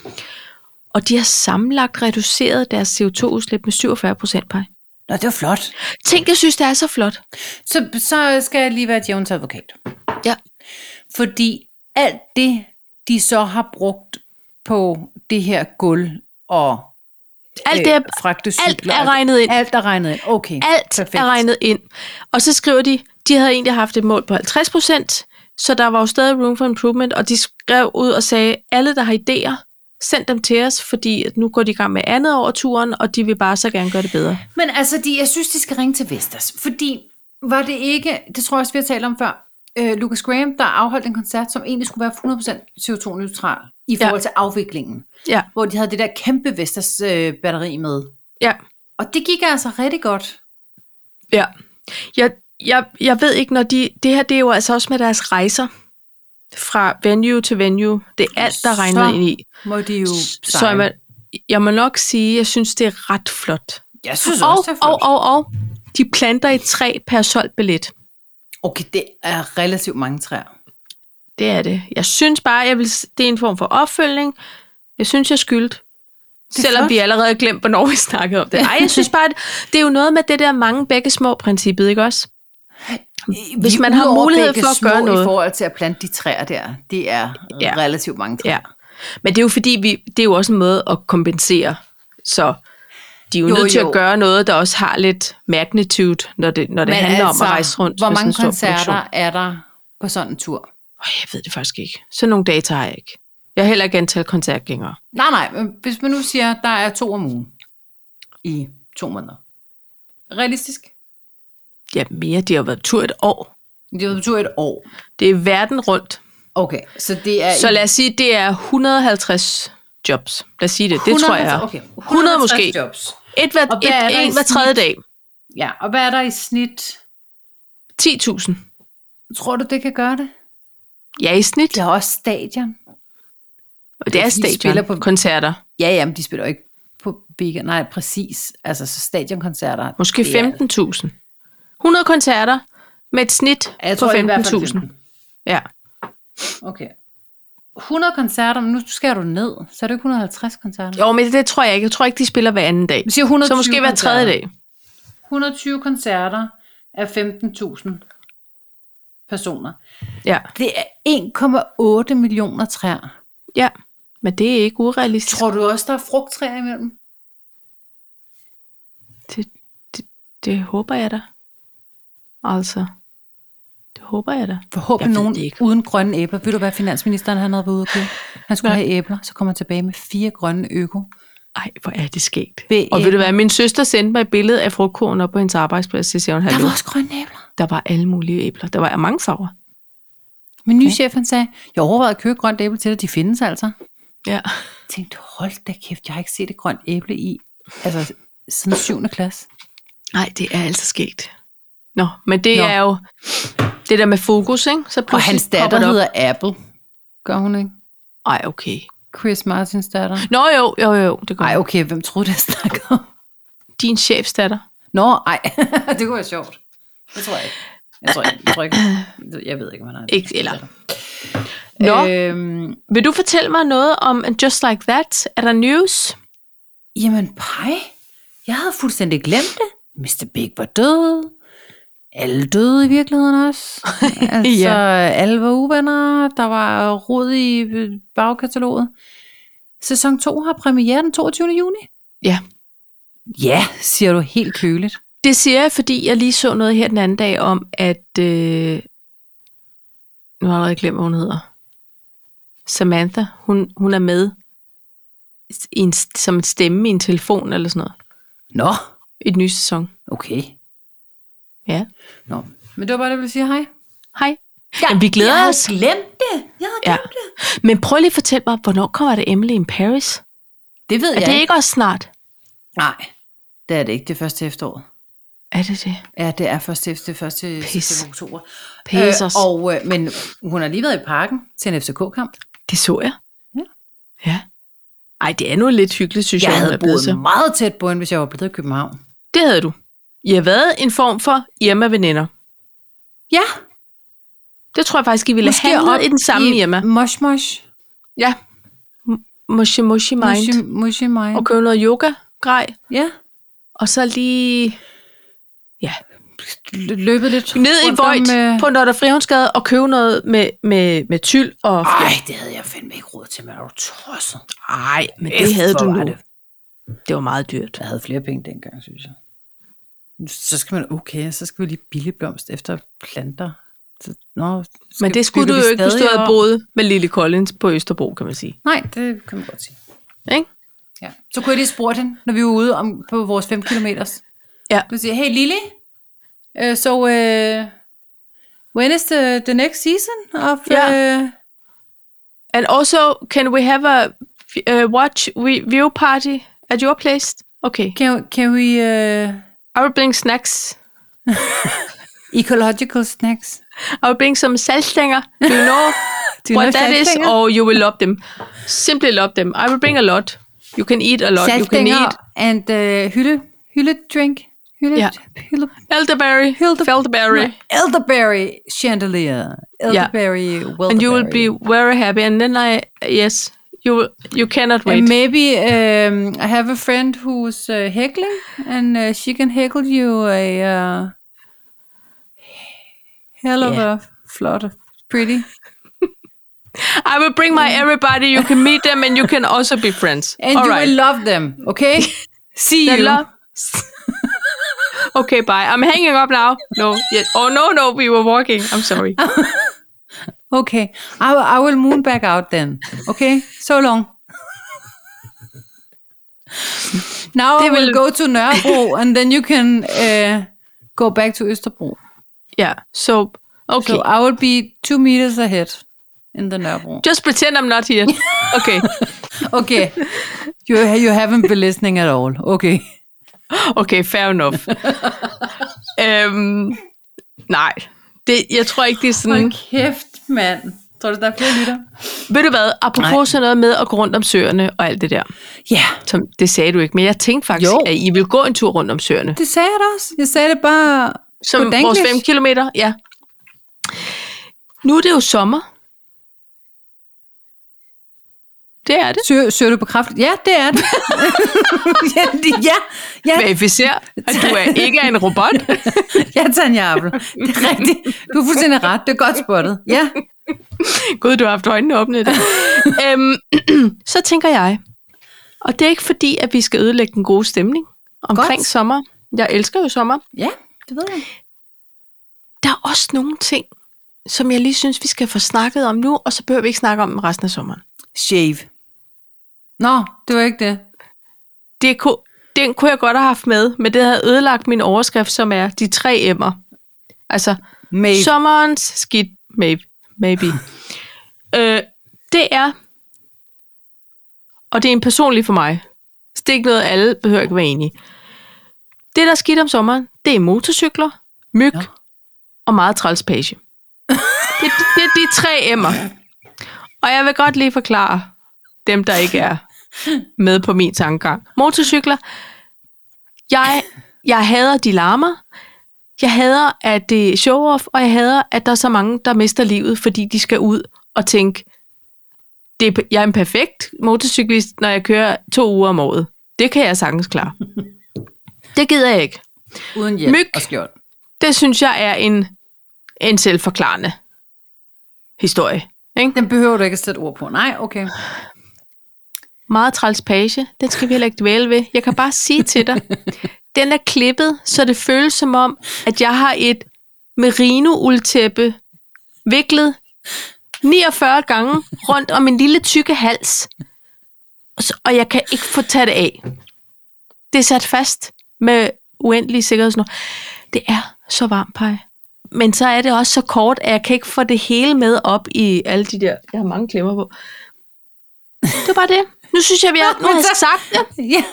Speaker 2: og de har sammenlagt reduceret deres C O to udslip med syvogfyrre procent. Pej.
Speaker 1: Nå, det var flot.
Speaker 2: Tænk, jeg synes, det er så flot.
Speaker 1: Så, så skal jeg lige være djævnens advokat.
Speaker 2: Ja.
Speaker 1: Fordi alt det, de så har brugt på det her gulv og
Speaker 2: Alt, det er,
Speaker 1: fragtecykler,
Speaker 2: alt er regnet ind.
Speaker 1: Alt er regnet ind. Okay,
Speaker 2: Alt
Speaker 1: perfekt.
Speaker 2: er regnet ind. Og så skriver de, de havde egentlig haft et mål på halvtreds procent, så der var jo stadig room for improvement, og de skrev ud og sagde, alle der har idéer, send dem til os, fordi at nu går de i gang med andet over turen, og de vil bare så gerne gøre det bedre.
Speaker 1: Men altså, de, jeg synes, de skal ringe til Vestas, fordi var det ikke, det tror jeg også, vi har talt om før, øh, Lucas Graham, der afholdt en koncert, som egentlig skulle være hundrede procent C O to neutral i forhold ja. til afviklingen,
Speaker 2: Ja.
Speaker 1: hvor de havde det der kæmpe Vestas øh, batteri med.
Speaker 2: Ja.
Speaker 1: Og det gik altså rigtig godt.
Speaker 2: Ja. Jeg, jeg, jeg ved ikke, når de, det her, det er jo altså også med deres rejser, fra venue til venue, det er alt, der er regnet
Speaker 1: Så
Speaker 2: ind i.
Speaker 1: må de jo
Speaker 2: Så jeg må, jeg må nok sige, jeg synes, det er ret flot.
Speaker 1: Jeg synes
Speaker 2: Og,
Speaker 1: også, det er
Speaker 2: og,
Speaker 1: flot.
Speaker 2: og, og, de planter et træ per solgt billet.
Speaker 1: Okay, det er relativt mange træer.
Speaker 2: Det er det. Jeg synes bare, jeg vil, det er en form for opfølgning. Jeg synes, jeg skyldt. Selvom
Speaker 1: flot.
Speaker 2: vi allerede har glemt, hvornår vi snakkede om det. Ej, jeg synes bare, det, det er jo noget med det der mange begge små princippet, ikke også? Hvis man har mulighed for at gøre noget.
Speaker 1: I forhold til at plante de træer der, det er
Speaker 2: Ja.
Speaker 1: relativt mange træer.
Speaker 2: Ja. Men det er jo fordi, vi, det er jo også en måde at kompensere. Så de er jo,
Speaker 1: Jo,
Speaker 2: jo nødt til
Speaker 1: jo.
Speaker 2: at gøre noget, der også har lidt magnitude, når det, når det
Speaker 1: Men
Speaker 2: handler
Speaker 1: altså,
Speaker 2: om at rejse rundt.
Speaker 1: hvor
Speaker 2: med sådan
Speaker 1: mange
Speaker 2: en stor
Speaker 1: koncerter
Speaker 2: produktion.
Speaker 1: er der på sådan en tur?
Speaker 2: Oh, jeg ved det faktisk ikke. Så nogle data har jeg ikke. Jeg har heller ikke antal koncertgængere.
Speaker 1: Nej, nej, men hvis man nu siger, at der er to om ugen i to måneder. Realistisk?
Speaker 2: Ja, mere. De har været på tur et år.
Speaker 1: Det er jo på tur et år.
Speaker 2: Det er verden rundt.
Speaker 1: Okay, så det er...
Speaker 2: Så lad os sige, det er et hundrede og halvtreds jobs. Lad os sige det. Det tror jeg.
Speaker 1: Okay,
Speaker 2: hundrede måske.
Speaker 1: jobs.
Speaker 2: Et hver,
Speaker 1: Og hvad er der
Speaker 2: et,
Speaker 1: i
Speaker 2: en hver
Speaker 1: snit?
Speaker 2: tredje dag.
Speaker 1: Ja, og hvad er der i snit?
Speaker 2: ti tusind.
Speaker 1: Tror du, det kan gøre det?
Speaker 2: Ja, i snit.
Speaker 1: Det er også stadion.
Speaker 2: Og det er
Speaker 1: de spiller
Speaker 2: stadion.
Speaker 1: på-
Speaker 2: Koncerter.
Speaker 1: Ja, ja, men de spiller jo ikke på weekend. Nej, præcis. Altså, så stadionkoncerter.
Speaker 2: Måske
Speaker 1: det er-
Speaker 2: femten tusind. hundrede koncerter med et snit
Speaker 1: Ja, jeg
Speaker 2: på
Speaker 1: tror i hvert
Speaker 2: femten
Speaker 1: fald
Speaker 2: tusind.
Speaker 1: femten.
Speaker 2: Ja.
Speaker 1: Okay. hundrede koncerter, men nu skal du ned. Så er det ikke et hundrede og halvtreds koncerter.
Speaker 2: Jo, men det tror jeg ikke. Jeg tror ikke, de spiller hver anden dag.
Speaker 1: Vi siger et hundrede og
Speaker 2: Så
Speaker 1: tyve
Speaker 2: måske hver tredje
Speaker 1: koncerter.
Speaker 2: dag.
Speaker 1: et hundrede og tyve koncerter af femten tusind personer.
Speaker 2: Ja.
Speaker 1: Det er en komma otte millioner træer.
Speaker 2: Ja. Men det er ikke urealistisk.
Speaker 1: Tror du også, der er frugttræer imellem?
Speaker 2: Det, det, det håber jeg da. Altså. Det håber jeg da.
Speaker 1: Forhåbentlig
Speaker 2: Jeg ved
Speaker 1: nogen
Speaker 2: det ikke.
Speaker 1: uden grønne æbler. Ved du hvad finansministeren han havde været ude at købe? Han skulle
Speaker 2: Nej.
Speaker 1: have æbler, så kommer han tilbage med fire grønne øko.
Speaker 2: Ej, hvor er det skægt.
Speaker 1: Ved
Speaker 2: Og ved du
Speaker 1: æbler.
Speaker 2: hvad, min søster sendte mig et billede af frugtkurven op på hendes arbejdsplads. Så siger hun,
Speaker 1: Der
Speaker 2: hallo.
Speaker 1: var også grønne æbler.
Speaker 2: Der var alle mulige æbler. Der var mange farver.
Speaker 1: Min nye
Speaker 2: Okay.
Speaker 1: chef, han sagde, jeg overvejede at købe grønt æble til dig, de findes altså.
Speaker 2: Ja.
Speaker 1: Jeg tænkte, hold da kæft, jeg har ikke set et grønt æble i, altså siden syvende klasse.
Speaker 2: Nej, det er altså skægt. Nå, men det
Speaker 1: Nå.
Speaker 2: er jo... Det der med fokus, ikke? Så
Speaker 1: Og hans datter hedder Apple. Gør hun ikke?
Speaker 2: Ej, okay.
Speaker 1: Chris Martins datter.
Speaker 2: Nå jo, jo, jo. Det
Speaker 1: Ej, okay, hvem troede, jeg snakker om?
Speaker 2: Din chefsdatter.
Speaker 1: Nå, ej. Det kunne være sjovt. Det tror jeg ikke. Jeg tror ikke. Jeg, tror ikke. Jeg ved ikke, om han har
Speaker 2: ikke. Eller. Nå, øhm, vil du fortælle mig noget om Just Like That? Er der news?
Speaker 1: Jamen, pej. Jeg havde fuldstændig glemt det. mister Big var død. Alle døde i virkeligheden også. Altså, ja. Alle var uvenner. Der var rod i bagkataloget. Sæson to har premiere den toogtyvende juni.
Speaker 2: Ja.
Speaker 1: Ja, siger du helt køligt.
Speaker 2: Det siger jeg, fordi jeg lige så noget her den anden dag om, at... Øh, nu har jeg allerede glemt, hvad hun hedder. Samantha, hun, hun er med i en, som en stemme i en telefon eller sådan noget.
Speaker 1: Nå.
Speaker 2: I den nye sæson.
Speaker 1: Okay.
Speaker 2: Ja.
Speaker 1: Nå. Men det var bare det, jeg ville sige hej.
Speaker 2: Hej. Ja, men vi glæder
Speaker 1: jeg
Speaker 2: os.
Speaker 1: Jeg havde glemt det. Jeg havde glemt
Speaker 2: ja. det. Men prøv lige at fortælle mig, hvornår kommer det Emily in Paris?
Speaker 1: Det ved
Speaker 2: er
Speaker 1: jeg
Speaker 2: Er det ikke også snart?
Speaker 1: Nej, det er det ikke. Det er først til efteråret.
Speaker 2: Er det det?
Speaker 1: Ja, det er først til, det er først til september oktober.
Speaker 2: Pis
Speaker 1: øh, og, øh, Men hun har lige været i parken til en F C K-kamp.
Speaker 2: Det så jeg.
Speaker 1: Ja.
Speaker 2: Ja. Ej, det er nu lidt hyggeligt, synes jeg.
Speaker 1: Jeg havde boet så. meget tæt på hende, hvis jeg var blevet i København.
Speaker 2: Det havde du. I har været en form for Irma-veninder.
Speaker 1: Ja.
Speaker 2: Det tror jeg faktisk, I ville have handlet i den samme Irma.
Speaker 1: Mosh Mosh.
Speaker 2: Ja. Moshi Moshi Mind.
Speaker 1: Moshi, moshi Mind.
Speaker 2: Og købe noget yoga-grej.
Speaker 1: Ja.
Speaker 2: Og så lige... Ja.
Speaker 1: Løbet lidt
Speaker 2: ned i Voigt med... på Nørre Frihåndsgade og købe noget med, med, med tyld og...
Speaker 1: Ej, det havde jeg fandme ikke råd til, men er du tosset?
Speaker 2: Ej, men det Efter havde du nu. Det. det var meget dyrt.
Speaker 1: Jeg havde flere penge dengang, synes jeg. Så skal man, okay, så skal vi lige billig blomst efter planter. Så, nå,
Speaker 2: men det skulle du jo ikke, hvis du havde boet med Lily Collins på Østerbro, kan man sige.
Speaker 1: Nej, det kan man godt sige.
Speaker 2: Ikke?
Speaker 1: Ja. Så kunne jeg lige spurgte hende, når vi var ude om, på vores fem kilometers.
Speaker 2: Ja.
Speaker 1: Du siger, hey Lily, uh, so uh, when is the, the next season of...
Speaker 2: Yeah. Uh... And also, can we have a uh, watch view party at your place? Okay.
Speaker 1: Can, can we... Uh...
Speaker 2: I will bring snacks.
Speaker 1: Ecological snacks.
Speaker 2: I will bring some saltstænger. Do you know Do you what know that is? Or you will love them. Simply love them. I will bring a lot. You can eat a lot. You can eat.
Speaker 1: And uh, hylde, hylde drink. Hylde,
Speaker 2: yeah. hylde. Elderberry.
Speaker 1: Hylde,
Speaker 2: elderberry.
Speaker 1: Elderberry chandelier. Elderberry.
Speaker 2: Yeah. And you will be very happy. And then I, yes, you you cannot wait.
Speaker 1: And maybe um, I have a friend who's uh, heckling, and uh, she can heckle you a uh, hell of yeah. a flot, pretty.
Speaker 2: I will bring my everybody. You can meet them, and you can also be friends.
Speaker 1: And
Speaker 2: All
Speaker 1: you
Speaker 2: right.
Speaker 1: will love them. Okay. See you.
Speaker 2: Love. Okay, bye. I'm hanging up now. No. Yet. Oh no, no. We were walking. I'm sorry.
Speaker 1: Okay, I will, I will moon back out then. Okay, so long. Now det I will, will go to Nørrebro, and then you can uh, go back to Østerbro.
Speaker 2: Yeah, so, okay.
Speaker 1: So I will be two meters ahead in the Nørrebro.
Speaker 2: Just pretend I'm not here. Okay.
Speaker 1: Okay, you, you haven't been listening at all. Okay.
Speaker 2: Okay, fair enough. um, nej, det, jeg tror ikke, det er sådan...
Speaker 1: Hold kæft, mand. Tror du, der er flere lytter?
Speaker 2: Ved du hvad, apropos sådan noget med at gå rundt om søerne og alt det der.
Speaker 1: Ja.
Speaker 2: Yeah. Det sagde du ikke, men jeg tænkte faktisk, jo. At I ville gå en tur rundt om søerne.
Speaker 1: Det sagde jeg da også. Jeg sagde det bare
Speaker 2: som vores fem kilometer, ja. Nu er det jo sommer. Det er det.
Speaker 1: Søger, søger du på kraft? Ja, det er det. ja, ja, ja.
Speaker 2: Verificer, at du er ikke er en robot.
Speaker 1: Ja, Tanja Appel. Det er rigtigt. Du har fuldstændig ret. Det er godt spottet. Ja.
Speaker 2: Gud, du har haft øjnene åbne i dag. øhm, så tænker jeg, og det er ikke fordi, at vi skal ødelægge den gode stemning omkring godt. Sommer. Jeg elsker jo sommer.
Speaker 1: Ja, det ved jeg.
Speaker 2: Der er også nogle ting, som jeg lige synes, vi skal få snakket om nu, og så behøver vi ikke snakke om dem resten af sommeren.
Speaker 1: Shave. Nå, det var ikke det.
Speaker 2: Det kunne, den kunne jeg godt have haft med, men det havde ødelagt min overskrift, som er de tre M'er. Altså, maybe. Sommerens skidt, maybe. maybe. øh, det er, og det er en personlig for mig, så det er ikke noget, alle behøver ikke være enige. Det, der er skidt om sommeren, det er motorcykler, myg ja. Og meget trælspage. Det, det er de tre M'er. Og jeg vil godt lige forklare dem, der ikke er med på min tankegang. Motorcykler. Jeg, jeg hader, de larmer. Jeg hader, at det er show-off, og jeg hader, at der er så mange, der mister livet, fordi de skal ud og tænke, det er, jeg er en perfekt motorcyklist, når jeg kører to uger om året. Det kan jeg sagtens klare. Det gider jeg ikke.
Speaker 1: Uden hjælp
Speaker 2: Myg,
Speaker 1: og skjold.
Speaker 2: det synes jeg er en, en selvforklarende historie. Ikke?
Speaker 1: Den behøver du ikke at sætte ord på. Nej, okay.
Speaker 2: Meget træls page. Den skal vi heller ikke dvæle ved. Jeg kan bare sige til dig, den er klippet, så det føles som om, at jeg har et merino-uldtæppe viklet niogfyrre gange rundt om en lille tykke hals. Og jeg kan ikke få taget det af. Det er sat fast med uendelige sikkerhedsnår. Det er så varmt, Paj. Men så er det også så kort, at jeg kan ikke få det hele med op i alle de der... Jeg har mange klemmer på. Det var bare det. Nu synes jeg, vi har, nu har jeg sagt det.
Speaker 1: Ja.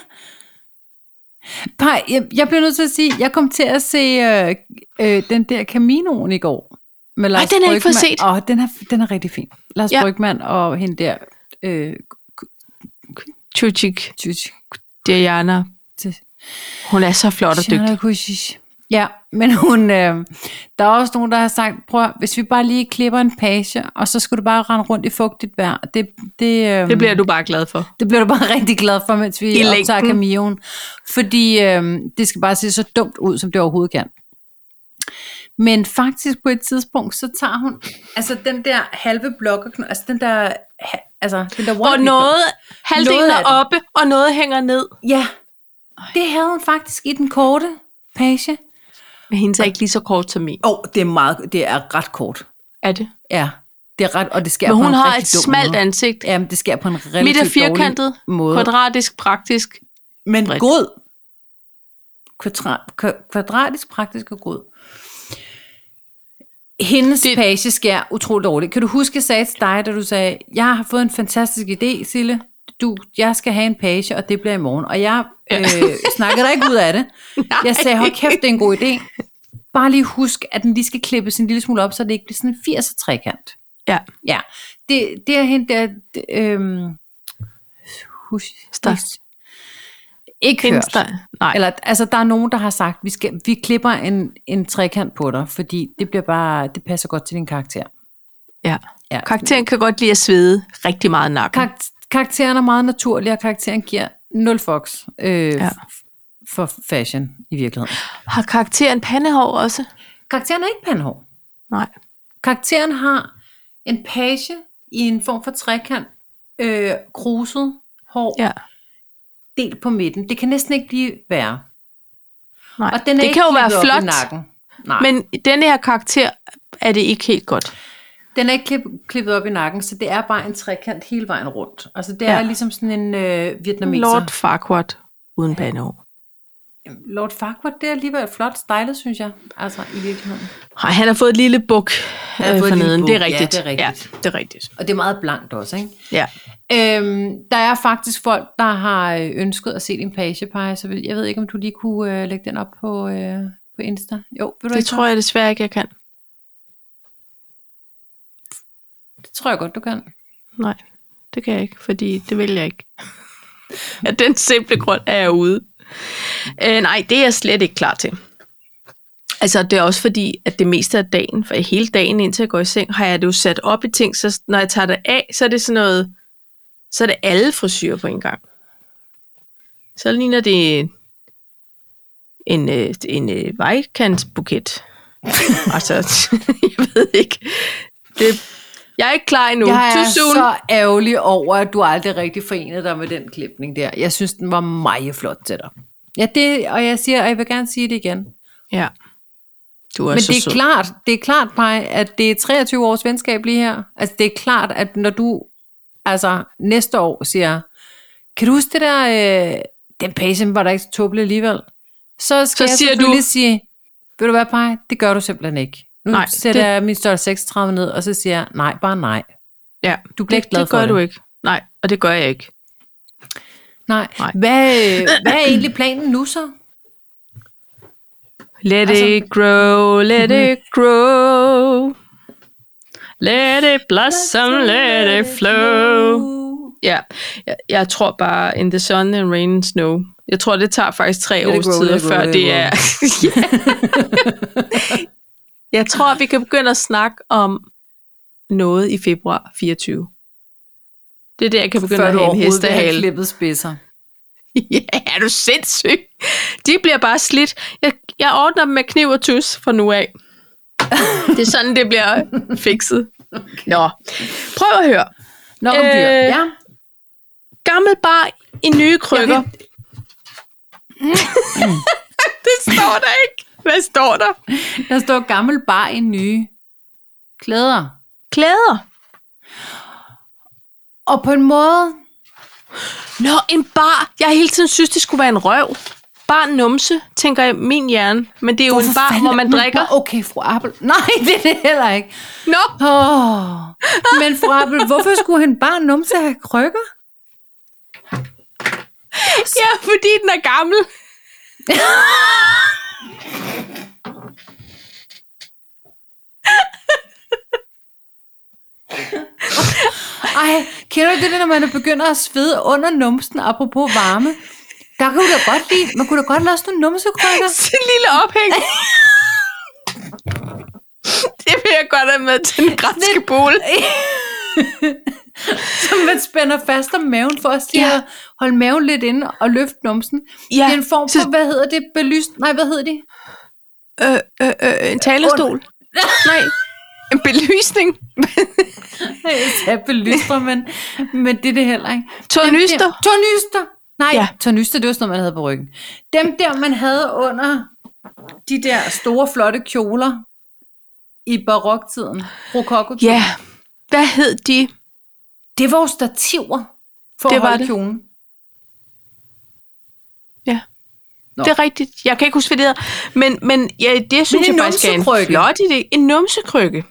Speaker 1: Paj, jeg, jeg bliver nødt til at sige, jeg kom til at se øh, øh, den der Caminoen i går. Med Lars
Speaker 2: den har jeg ikke fået set.
Speaker 1: Åh, den er, den er rigtig fin. Lars
Speaker 2: Ja.
Speaker 1: Brygmann og hende der... Øh,
Speaker 2: Chuchik,
Speaker 1: Tucci.
Speaker 2: Diana. Hun er så flot og dygtig.
Speaker 1: Dygtig. Ja, men hun, øh, der er også nogen, der har sagt, prøv at, hvis vi bare lige klipper en page, og så skal du bare rende rundt i fugtigt vejr. Det, det, øh,
Speaker 2: Det bliver du bare glad for.
Speaker 1: det bliver du bare rigtig glad for, mens vi
Speaker 2: I
Speaker 1: optager
Speaker 2: længden.
Speaker 1: Caminoen. Fordi øh, det skal bare se så dumt ud, som det overhovedet kan. Men faktisk på et tidspunkt, så tager hun, altså den der halve blokker, altså den der, altså den der
Speaker 2: Og noget, halvdelen
Speaker 1: Noget af
Speaker 2: er oppe, og noget hænger ned.
Speaker 1: Ja, det havde hun faktisk i den korte page.
Speaker 2: Men hendes er ikke lige så kort som min.
Speaker 1: Åh, oh, det er meget, det er ret kort.
Speaker 2: Er det?
Speaker 1: Ja, det er ret, og det sker
Speaker 2: Men
Speaker 1: på
Speaker 2: hun
Speaker 1: en
Speaker 2: har
Speaker 1: rigtig
Speaker 2: et
Speaker 1: dum
Speaker 2: smalt
Speaker 1: måde.
Speaker 2: ansigt.
Speaker 1: Jamen, det sker på en relativt
Speaker 2: Midt er firkantet,
Speaker 1: dårlig måde.
Speaker 2: kvadratisk, praktisk.
Speaker 1: Men
Speaker 2: bredt.
Speaker 1: god. Kvadra, kva- kvadratisk, praktisk og god. Hendes
Speaker 2: Det-
Speaker 1: det... page sker utroligt dårligt. Kan du huske, jeg sagde til dig, da du sagde, jeg har fået en fantastisk idé, Sille. Du, jeg skal have en page, og det bliver i morgen. Og jeg
Speaker 2: Ja.
Speaker 1: øh, snakkede dig ikke ud af det. Jeg sagde, hold kæft, det er en god idé. Bare lige husk, at den lige skal klippes en lille smule op, så det ikke bliver sådan en firs trekant.
Speaker 2: Ja.
Speaker 1: Ja, det, det er hende der... Det, øhm, hus,
Speaker 2: Stars.
Speaker 1: ikke
Speaker 2: Hendes
Speaker 1: hørt.
Speaker 2: der. Nej.
Speaker 1: Eller, altså, der er nogen, der har sagt, vi, skal, vi klipper en, en trekant på dig, fordi det bliver bare, det passer godt til din karakter.
Speaker 2: Ja.
Speaker 1: Ja.
Speaker 2: Karakteren kan godt lide at svede rigtig meget i nakken.
Speaker 1: Karak- karakteren er meget naturlig, og karakteren giver nul fox øh,
Speaker 2: Ja.
Speaker 1: f- for fashion i virkeligheden.
Speaker 2: Har karakteren pandehår også?
Speaker 1: Karakteren er ikke pandehår.
Speaker 2: Nej.
Speaker 1: Karakteren har en page i en form for trekant, øh, kruset hår,
Speaker 2: Ja.
Speaker 1: delt på midten. Det kan næsten ikke blive værre.
Speaker 2: Nej.
Speaker 1: Og den er
Speaker 2: Det
Speaker 1: ikke
Speaker 2: kan jo være
Speaker 1: klippet op i
Speaker 2: flot,
Speaker 1: nakken. Nej.
Speaker 2: men denne her karakter er det ikke helt godt.
Speaker 1: Den er ikke klip- klippet op i nakken, så det er bare en trekant hele vejen rundt. Altså det
Speaker 2: Ja.
Speaker 1: er ligesom sådan en øh, vietnameser.
Speaker 2: Lord Farquaad uden pandehår.
Speaker 1: Lord Farquaad, det er alligevel flot stylet, synes jeg. Altså i virkeligheden.
Speaker 2: Nej, han har fået et lille buk
Speaker 1: Han har
Speaker 2: øh,
Speaker 1: fået et lille
Speaker 2: forneden.
Speaker 1: buk.
Speaker 2: Det er
Speaker 1: Ja,
Speaker 2: rigtigt.
Speaker 1: det er rigtigt.
Speaker 2: Ja, det er rigtigt.
Speaker 1: Og det er meget blankt også, ikke?
Speaker 2: Ja.
Speaker 1: Øhm, der er faktisk folk, der har øh, ønsket at se din page, Paj, så jeg ved ikke, om du lige kunne øh, lægge den op på, øh, på Insta. Jo, vil du
Speaker 2: Det
Speaker 1: ikke
Speaker 2: tror jeg desværre ikke, jeg kan.
Speaker 1: Det tror jeg godt, du kan.
Speaker 2: Nej, det kan jeg ikke, fordi det vil jeg ikke. Af den simple grund er jeg ude. Øh, nej, det er jeg slet ikke klar til. Altså, det er også fordi, at det meste af dagen, for hele dagen indtil jeg går i seng, har jeg det jo sat op i ting, så når jeg tager det af, så er det sådan noget, så er det alle frisyrer på en gang. Så ligner det en, en, øh, en øh, vejkantsbuket. Altså, jeg ved ikke. Det, jeg er ikke klar endnu.
Speaker 1: Jeg er
Speaker 2: Too soon.
Speaker 1: så ærgerlig over, at du aldrig rigtig forenede dig med den klipning der. Jeg synes, den var meget flot til dig. Ja, det, og jeg siger, og jeg vil gerne sige det igen.
Speaker 2: Ja. Du er
Speaker 1: Men
Speaker 2: så
Speaker 1: det er
Speaker 2: sød.
Speaker 1: klart, det er klart, Paj, at det er treogtyve års venskab lige her. Altså, det er klart, at når du altså næste år siger, kan du huske det der, øh, den page var der ikke så tåbelig alligevel, så skal
Speaker 2: Så
Speaker 1: jeg
Speaker 2: siger
Speaker 1: selvfølgelig
Speaker 2: du-
Speaker 1: sige, ved du hvad, Paj, det gør du simpelthen ikke. Nu
Speaker 2: Nej,
Speaker 1: sætter
Speaker 2: det-
Speaker 1: jeg min størrelse seksogtredive ned, og så siger jeg, nej, bare nej.
Speaker 2: Ja,
Speaker 1: Du bliver
Speaker 2: det,
Speaker 1: ikke glad
Speaker 2: det
Speaker 1: for
Speaker 2: gør
Speaker 1: det.
Speaker 2: du ikke. Nej, og det gør jeg ikke.
Speaker 1: Nej.
Speaker 2: Nej.
Speaker 1: Hvad, hvad er egentlig planen nu så?
Speaker 2: Let
Speaker 1: Altså-
Speaker 2: it grow, let it grow. Let it blossom, let it flow. Ja, jeg, jeg tror bare, in the sun and rain and snow. Jeg tror, det tager faktisk tre årstider, før det, det er... Jeg tror, vi kan begynde at snakke om noget i februar fireogtyve. Det er det, jeg kan begynde
Speaker 1: før
Speaker 2: at have en hestehale.
Speaker 1: Før du overhovedet klippet spidser.
Speaker 2: Ja, er du sindssyg? De bliver bare slidt. Jeg, jeg ordner dem med kniv og tus fra nu af. Det er sådan, det bliver fikset. Okay. Nå, prøv at høre.
Speaker 1: Nå, om dyr. Øh, ja.
Speaker 2: Gammel bar i nye krykker. Det står der ikke. Hvad står der?
Speaker 1: Der står gammel bar i nye klæder.
Speaker 2: Klæder?
Speaker 1: Og på en måde...
Speaker 2: Nå, en bar. Jeg hele tiden synes, det skulle være en røv. Bar numse, tænker jeg min hjerne. Men det er jo Hvorfor en bar, fanden? hvor man drikker.
Speaker 1: Okay, fru Appel. Nej, det er det heller ikke.
Speaker 2: Nå.
Speaker 1: Oh. Men fru Appel, hvorfor skulle en bar numse have krykker?
Speaker 2: Ja, fordi den er gammel.
Speaker 1: Ej, kender du det, når man begynder at svede under numsen, apropos varme? Der kunne du da godt lide, man kunne da godt lade sådan nogle numsekrykker.
Speaker 2: Sådan en lille ophæng. Det vil jeg godt have med til den græske bol.
Speaker 1: Som man spænder fast om maven for at sige, ja. holde maven lidt inde og løfte numsen. Ja. Det er en form for, så... hvad hedder det? Belyst? Nej, hvad hedder det?
Speaker 2: Øh, øh, øh, en talerstol. Und... Nej, en belysning.
Speaker 1: Jeg sagde belyster, men, men det er det heller ikke.
Speaker 2: Tornyster.
Speaker 1: Tornyster. Nej,
Speaker 2: ja.
Speaker 1: tornyster, det var sådan noget, man havde på ryggen. Dem der, man havde under de der store, flotte kjoler i baroktiden. Rokokotiden.
Speaker 2: Ja, hvad hed de?
Speaker 1: Det var jo stativer for
Speaker 2: det
Speaker 1: at holde
Speaker 2: det.
Speaker 1: kjolen.
Speaker 2: Ja, Nå. Det er rigtigt. Jeg kan ikke huske, hvad det hedder. Men, men ja, det synes men jeg faktisk er en flot idé. En numsekrykke.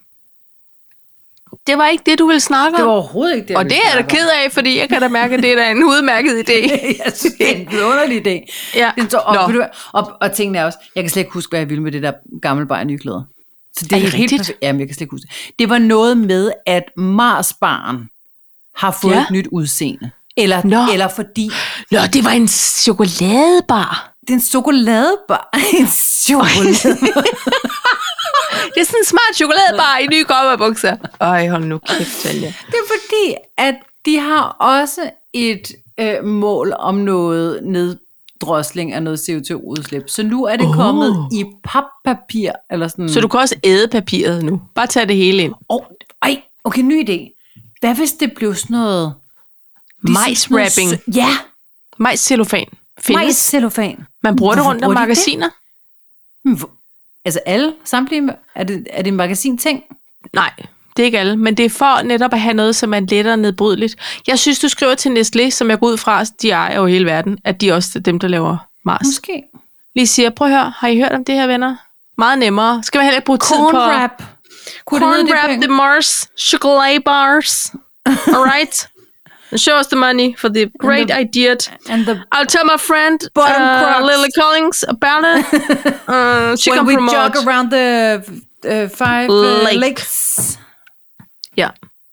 Speaker 2: Det var ikke det, du ville snakke om.
Speaker 1: Det var overhovedet ikke det,
Speaker 2: Og det er jeg da ked af, fordi jeg kan da mærke, at det er da en udmærket idé.
Speaker 1: Jeg synes, det er en vidunderlig idé.
Speaker 2: Ja.
Speaker 1: Så, og, og, og tingene er også, jeg kan slet ikke huske, hvad jeg ville med det der gamle bar i nye klæder. Så det er, er det helt perfekt. Jamen, jeg kan slet ikke huske det. Det var noget med, at Marsbaren har fået ja. et nyt udseende. Eller, Nå. eller fordi...
Speaker 2: Nå, det var en chokoladebar.
Speaker 1: Det er en chokoladebar. En chokoladebar.
Speaker 2: Det er sådan en smart chokoladebar i nye kopperbukser. Øj, hold nu kæft, Tanja.
Speaker 1: Det er fordi, at de har også et øh, mål om noget neddrosling af noget C O to udslip. Så nu er det oh. kommet i pappapir. Eller sådan.
Speaker 2: Så du kan også æde papiret nu. Bare tage det hele ind.
Speaker 1: Oh, ej, okay, ny idé. Hvad hvis det blev sådan noget...
Speaker 2: Majs-wrapping.
Speaker 1: Ja.
Speaker 2: Majs-cellofan.
Speaker 1: Majs-cellofan.
Speaker 2: Man bruger det rundt om magasiner.
Speaker 1: Det? Altså alle, samtlige, er det, er det en magasin-ting?
Speaker 2: Nej, det er ikke alle, men det er for netop at have noget, som er lettere nedbrydeligt. Jeg synes, du skriver til Nestlé, som jeg går ud fra, de ejer jo hele verden, at de også er dem, der laver Mars.
Speaker 1: Måske.
Speaker 2: Lige siger, prøv at høre, har I hørt om det her, venner? Meget nemmere. Skal man heller ikke bruge tid på...
Speaker 1: Corn wrap.
Speaker 2: Corn wrap, the Mars chocolate bars. Alright? Show us the money for the great the, idea. And the I'll tell my friend uh, Lily Collins about it. Uh, she
Speaker 1: When
Speaker 2: can
Speaker 1: we
Speaker 2: promote.
Speaker 1: jog around the uh, five uh, Lake. lakes.
Speaker 2: Ja.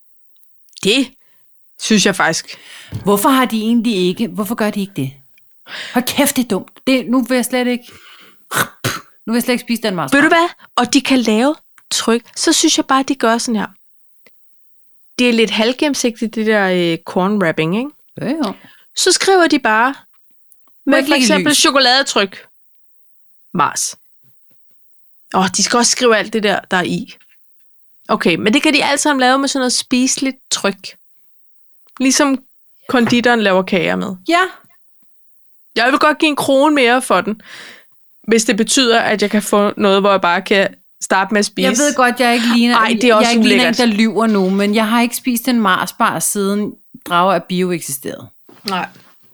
Speaker 2: Det synes jeg faktisk.
Speaker 1: Hvorfor har de egentlig ikke? Hvorfor gør de ikke det? Hold kæft, det er dumt. Det, nu vil jeg slet ikke... Nu vil jeg slet ikke spise den Mars.
Speaker 2: Ved du hvad? Og de kan lave tryk. Så synes jeg bare, at de gør sådan her. Det er lidt halvgennemsigtigt, det der øh, corn wrapping, ikke?
Speaker 1: Ja, ja.
Speaker 2: Så skriver de bare med for eksempel chokoladetryk. Mars. Åh, de skal også skrive alt det der, der er i. Okay, men det kan de alle sammen lave med sådan noget spiseligt tryk. Ligesom konditoren laver kager med.
Speaker 1: Ja.
Speaker 2: Jeg vil godt give en krone mere for den, hvis det betyder, at jeg kan få noget, hvor jeg bare kan starte med at spise.
Speaker 1: Jeg ved godt, jeg ikke ligner,
Speaker 2: Ej, det er også
Speaker 1: jeg ikke ligner en, der lyver nu, men jeg har ikke spist en Marsbar siden Drager af Bio eksisterede.
Speaker 2: Nej.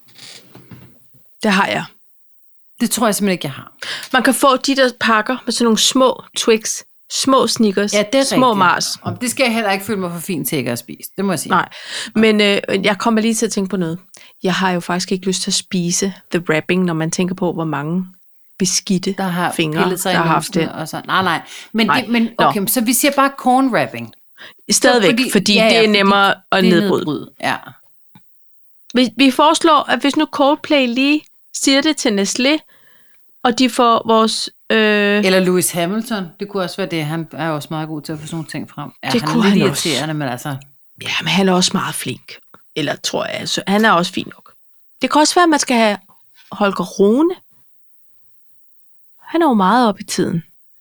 Speaker 2: Det har jeg.
Speaker 1: Det tror jeg simpelthen ikke, jeg har.
Speaker 2: Man kan få de der pakker med sådan nogle små Twix, små Snickers,
Speaker 1: ja, det er
Speaker 2: små
Speaker 1: rigtigt.
Speaker 2: Mars.
Speaker 1: Og det skal jeg heller ikke føle mig for fint til ikke at spise. Det må jeg sige.
Speaker 2: Nej, men øh, jeg kommer lige til at tænke på noget. Jeg har jo faktisk ikke lyst til at spise the wrapping, når man tænker på, hvor mange beskidte
Speaker 1: der har
Speaker 2: fingre, der har haft det.
Speaker 1: Og så. Nej, nej. Men, nej. Det, men okay, no. Så vi siger bare corn wrapping.
Speaker 2: Stadigvæk,
Speaker 1: fordi-
Speaker 2: fordi, fordi
Speaker 1: ja, ja,
Speaker 2: det er
Speaker 1: fordi
Speaker 2: nemmere at
Speaker 1: Det er
Speaker 2: nedbryde.
Speaker 1: nedbrud. Ja.
Speaker 2: Vi, vi foreslår, at hvis nu Coldplay lige siger det til Nestlé, og de får vores... Øh,
Speaker 1: Eller Lewis Hamilton, det kunne også være det. Han er jo også meget god til at få sådan nogle ting frem. Ja,
Speaker 2: Det
Speaker 1: han
Speaker 2: kunne
Speaker 1: er lidt
Speaker 2: han også.
Speaker 1: irriterende, men altså...
Speaker 2: ja, men han er også meget flink. Eller tror jeg, altså, han er også fin nok. Det kan også være, at man skal have Holger Rune. Han er jo meget oppe i tiden.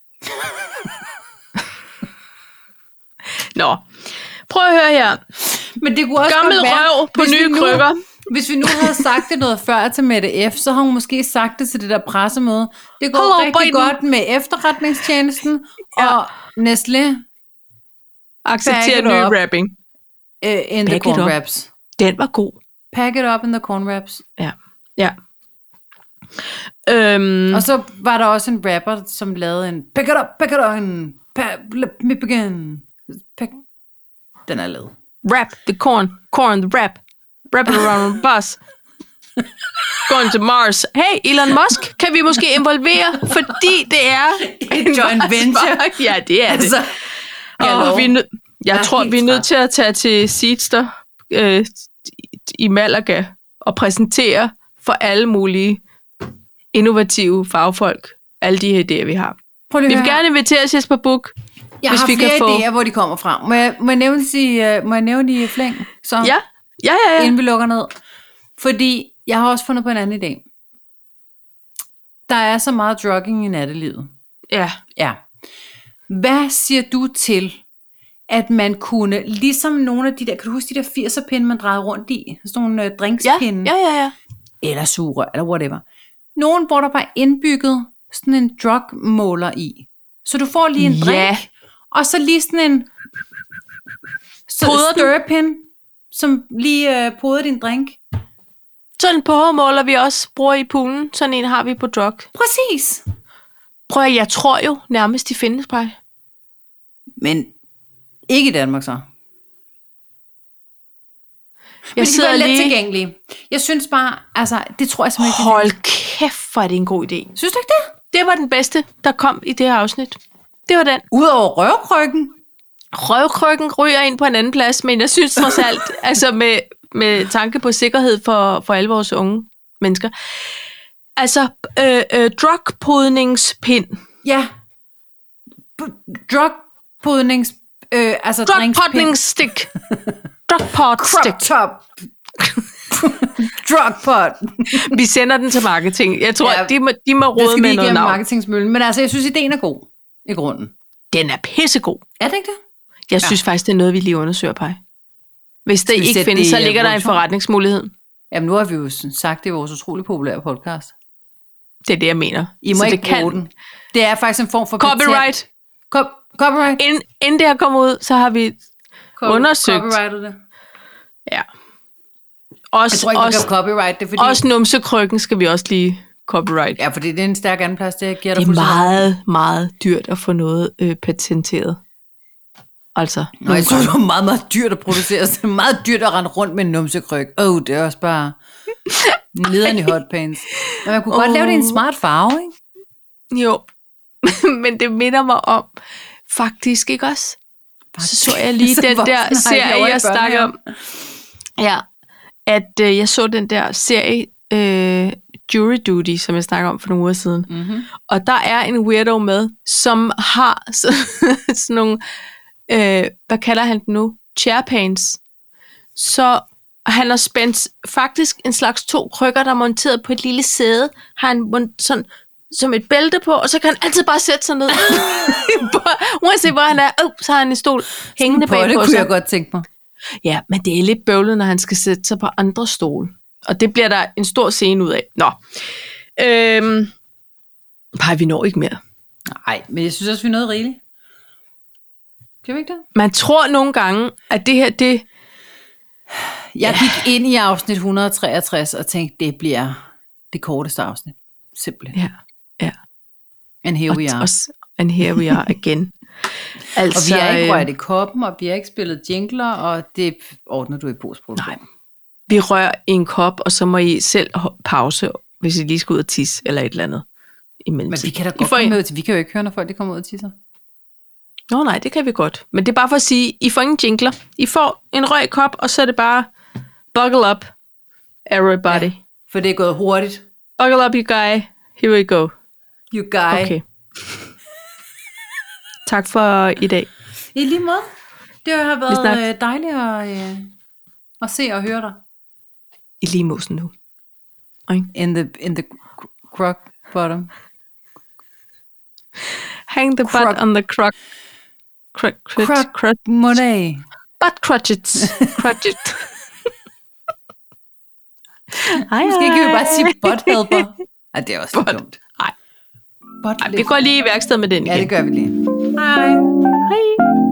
Speaker 2: Nå, prøv at høre her.
Speaker 1: Men det kunne også
Speaker 2: Gammel
Speaker 1: godt være,
Speaker 2: røv på
Speaker 1: hvis vi
Speaker 2: nye
Speaker 1: nu-
Speaker 2: krykker.
Speaker 1: Hvis vi nu havde sagt det noget før til Mette F., så har hun måske sagt det til det der pressemøde. Det går
Speaker 2: Hello,
Speaker 1: rigtig
Speaker 2: Biden.
Speaker 1: godt med efterretningstjenesten,
Speaker 2: Ja.
Speaker 1: og Nestlé
Speaker 2: Accepterer
Speaker 1: Back it
Speaker 2: ny
Speaker 1: up.
Speaker 2: rapping.
Speaker 1: uh, in the
Speaker 2: Back it
Speaker 1: corn
Speaker 2: up.
Speaker 1: wraps.
Speaker 2: Den var god.
Speaker 1: Pack it up in the corn wraps.
Speaker 2: Ja. ja. Øhm,
Speaker 1: Og så var der også en rapper, som lavede en Pack it up, pack it up, en pa- let me begin. Pack. Den er lavet.
Speaker 2: rap the corn. Corn the rap. Rap it around the bus. Going to Mars. Hey, Elon Musk, kan vi måske involvere? Fordi det er
Speaker 1: En joint venture.
Speaker 2: Ja, det er det.
Speaker 1: Altså,
Speaker 2: Og vi er nø- jeg
Speaker 1: Jeg er
Speaker 2: tror,
Speaker 1: helt
Speaker 2: vi er nødt
Speaker 1: træt.
Speaker 2: til at tage til Seedster øh, i Malaga og præsentere for alle mulige innovative fagfolk alle de her idéer, vi har.
Speaker 1: Prøv lige
Speaker 2: Vi
Speaker 1: at
Speaker 2: vil
Speaker 1: høre
Speaker 2: gerne invitere Jes på book.
Speaker 1: Jeg
Speaker 2: hvis
Speaker 1: har
Speaker 2: vi
Speaker 1: flere
Speaker 2: kan få-
Speaker 1: idéer, hvor de kommer fra. Må jeg, må jeg nævne de, uh, må jeg nævne de i flæng? Så,
Speaker 2: Ja, ja, ja. ja.
Speaker 1: inden vi lukker ned. Fordi jeg har også fundet på en anden idé. Der er så meget drugging i nattelivet.
Speaker 2: ja.
Speaker 1: Ja. Hvad siger du til, at man kunne, ligesom nogle af de der, kan du huske de der firser-pinde, man drejede rundt i? Sådan nogle uh,
Speaker 2: Ja,
Speaker 1: drinkspinde.
Speaker 2: ja, ja, ja.
Speaker 1: Eller sugerør, eller whatever. Nogen, hvor der bare er indbygget sådan en drugmåler i. Så du får lige en drink,
Speaker 2: Ja.
Speaker 1: og så lige sådan en
Speaker 2: Poder den.
Speaker 1: stirrepin, som lige uh, poder din drink.
Speaker 2: Sådan en pH-måler, vi også bruger i poolen. Sådan en har vi på drug.
Speaker 1: Præcis.
Speaker 2: Prøv at, jeg tror jo nærmest, de findes bare.
Speaker 1: Men ikke i Danmark så.
Speaker 2: Jeg
Speaker 1: Men de
Speaker 2: sidder
Speaker 1: er let
Speaker 2: lige...
Speaker 1: tilgængelige. Jeg synes bare, altså, det tror jeg simpelthen ikke.
Speaker 2: Hold kæft, hvor er det en god idé.
Speaker 1: Synes du ikke det?
Speaker 2: Det var den bedste, der kom i det her afsnit. Det var den.
Speaker 1: Udover røvkrykken.
Speaker 2: Røvkrykken ryger ind på en anden plads, men jeg synes trods alt, altså med, med tanke på sikkerhed for, for alle vores unge mennesker. Altså, øh, øh, drugpodningspind.
Speaker 1: Ja. B- drugpodnings... Øh, altså drinkspind.
Speaker 2: Drugpodningsstik. Drugpot-stik.
Speaker 1: Crop top. Drugpot.
Speaker 2: Vi sender den til marketing. Jeg tror,
Speaker 1: Ja,
Speaker 2: ja, de, må, de må
Speaker 1: Det
Speaker 2: råde
Speaker 1: skal
Speaker 2: med
Speaker 1: lige
Speaker 2: noget
Speaker 1: igennem
Speaker 2: navn.
Speaker 1: marketingsmøllen. Men altså, jeg synes, ideen er god. I grunden.
Speaker 2: Den er pissegod.
Speaker 1: Er det ikke det?
Speaker 2: Jeg synes ja. faktisk, det er noget, vi lige undersøger, Paj. Hvis det
Speaker 1: vi
Speaker 2: ikke
Speaker 1: sætte
Speaker 2: findes,
Speaker 1: det
Speaker 2: så
Speaker 1: i,
Speaker 2: ligger
Speaker 1: uh,
Speaker 2: der en
Speaker 1: produktion?
Speaker 2: forretningsmulighed.
Speaker 1: Jamen, nu har vi jo sagt det i vores utrolig populære podcast.
Speaker 2: Det er det, jeg mener.
Speaker 1: I må
Speaker 2: så
Speaker 1: ikke
Speaker 2: det kan
Speaker 1: bruge den. Det er faktisk en form for
Speaker 2: Copyright.
Speaker 1: patent. Co- copyright.
Speaker 2: Inden, inden det her kommer ud, så har vi
Speaker 1: Co-
Speaker 2: undersøgt.
Speaker 1: Copyrightet det.
Speaker 2: Ja.
Speaker 1: Jeg
Speaker 2: Også,
Speaker 1: tror ikke, vi
Speaker 2: også,
Speaker 1: kan copyright det, fordi...
Speaker 2: også numsekrykken skal vi også lige copyright.
Speaker 1: Ja, fordi det er en stærk andenplads, det giver dig
Speaker 2: Det er
Speaker 1: fuldstændig-
Speaker 2: meget, meget dyrt at få noget øh, patenteret. Altså.
Speaker 1: Nå, jeg synes, det var meget, meget dyrt at producere. Så det er meget dyrt at rende rundt med en numsekryg. Åh, oh, det er også bare nederen i hotpants. Men man kunne oh. godt lave det i en smart farve, ikke?
Speaker 2: Jo. Men det minder mig om, faktisk ikke også? Så så jeg lige
Speaker 1: Som
Speaker 2: den
Speaker 1: voksen har
Speaker 2: der
Speaker 1: jeg
Speaker 2: serie,
Speaker 1: over i
Speaker 2: jeg snakker om. Ja, at øh, jeg så den der serie, øh, Jury Duty, som jeg snakker om for nogle uger siden.
Speaker 1: Mm-hmm.
Speaker 2: Og der er en weirdo med, som har så, sådan nogle, øh, hvad kalder han den nu? Chairpants. Så han har spændt faktisk en slags to krykker, der er monteret på et lille sæde. Har han mon- sådan som et bælte på, og så kan han altid bare sætte sig ned. Uanset hvor han er, øh, så har han en stol hængende
Speaker 1: På det
Speaker 2: bagpå
Speaker 1: kunne
Speaker 2: sig.
Speaker 1: jeg godt tænke mig.
Speaker 2: Ja, men det er lidt bøvlet, når han skal sætte sig på andre stole. Og det bliver der en stor scene ud af. Nå. Øhm. Bare vi når ikke mere.
Speaker 1: Nej, men jeg synes også, vi er noget rigeligt. Kan vi ikke det?
Speaker 2: Man tror nogle gange, at det her, det...
Speaker 1: Jeg gik ind i afsnit et hundrede og treogtres og tænkte, det bliver det korteste afsnit. Simpelthen.
Speaker 2: Ja, ja.
Speaker 1: And here we
Speaker 2: Og,
Speaker 1: are.
Speaker 2: og, and here we are again. Altså,
Speaker 1: Og vi har ikke
Speaker 2: øh,
Speaker 1: rørt i koppen, og vi har ikke spillet jingler, og det ordner du i postproduktion.
Speaker 2: Nej. Vi rører i en kop, og så må I selv ho- pause, hvis I lige skal ud og tisse, eller et eller andet.
Speaker 1: Men vi kan da godt komme med til. Vi kan jo ikke høre, når folk de kommer ud og tisser.
Speaker 2: Nå nej, det kan vi godt. Men det er bare for at sige, I får ingen jingler. I får en rød kop, og så er det bare buckle up, everybody. Ja,
Speaker 1: for det er gået hurtigt.
Speaker 2: Buckle up, you guy. Here we go.
Speaker 1: You guy.
Speaker 2: Okay. Tak for i dag.
Speaker 1: I lige måde. Det har været dejligt at, øh, at se og høre dig.
Speaker 2: I lige måsen nu. Okay.
Speaker 1: In the, in the crock bottom.
Speaker 2: Hang the butt on the crock. Crock.
Speaker 1: Crock. Crock. Money.
Speaker 2: Butt crotchets. Crotchet. Hej,
Speaker 1: måske kan vi bare sige butt helper. Ej, det er også for dumt.
Speaker 2: Nej. Vi går lige i værksted med den igen.
Speaker 1: Ja, det gør vi lige. Hej.
Speaker 2: Hej.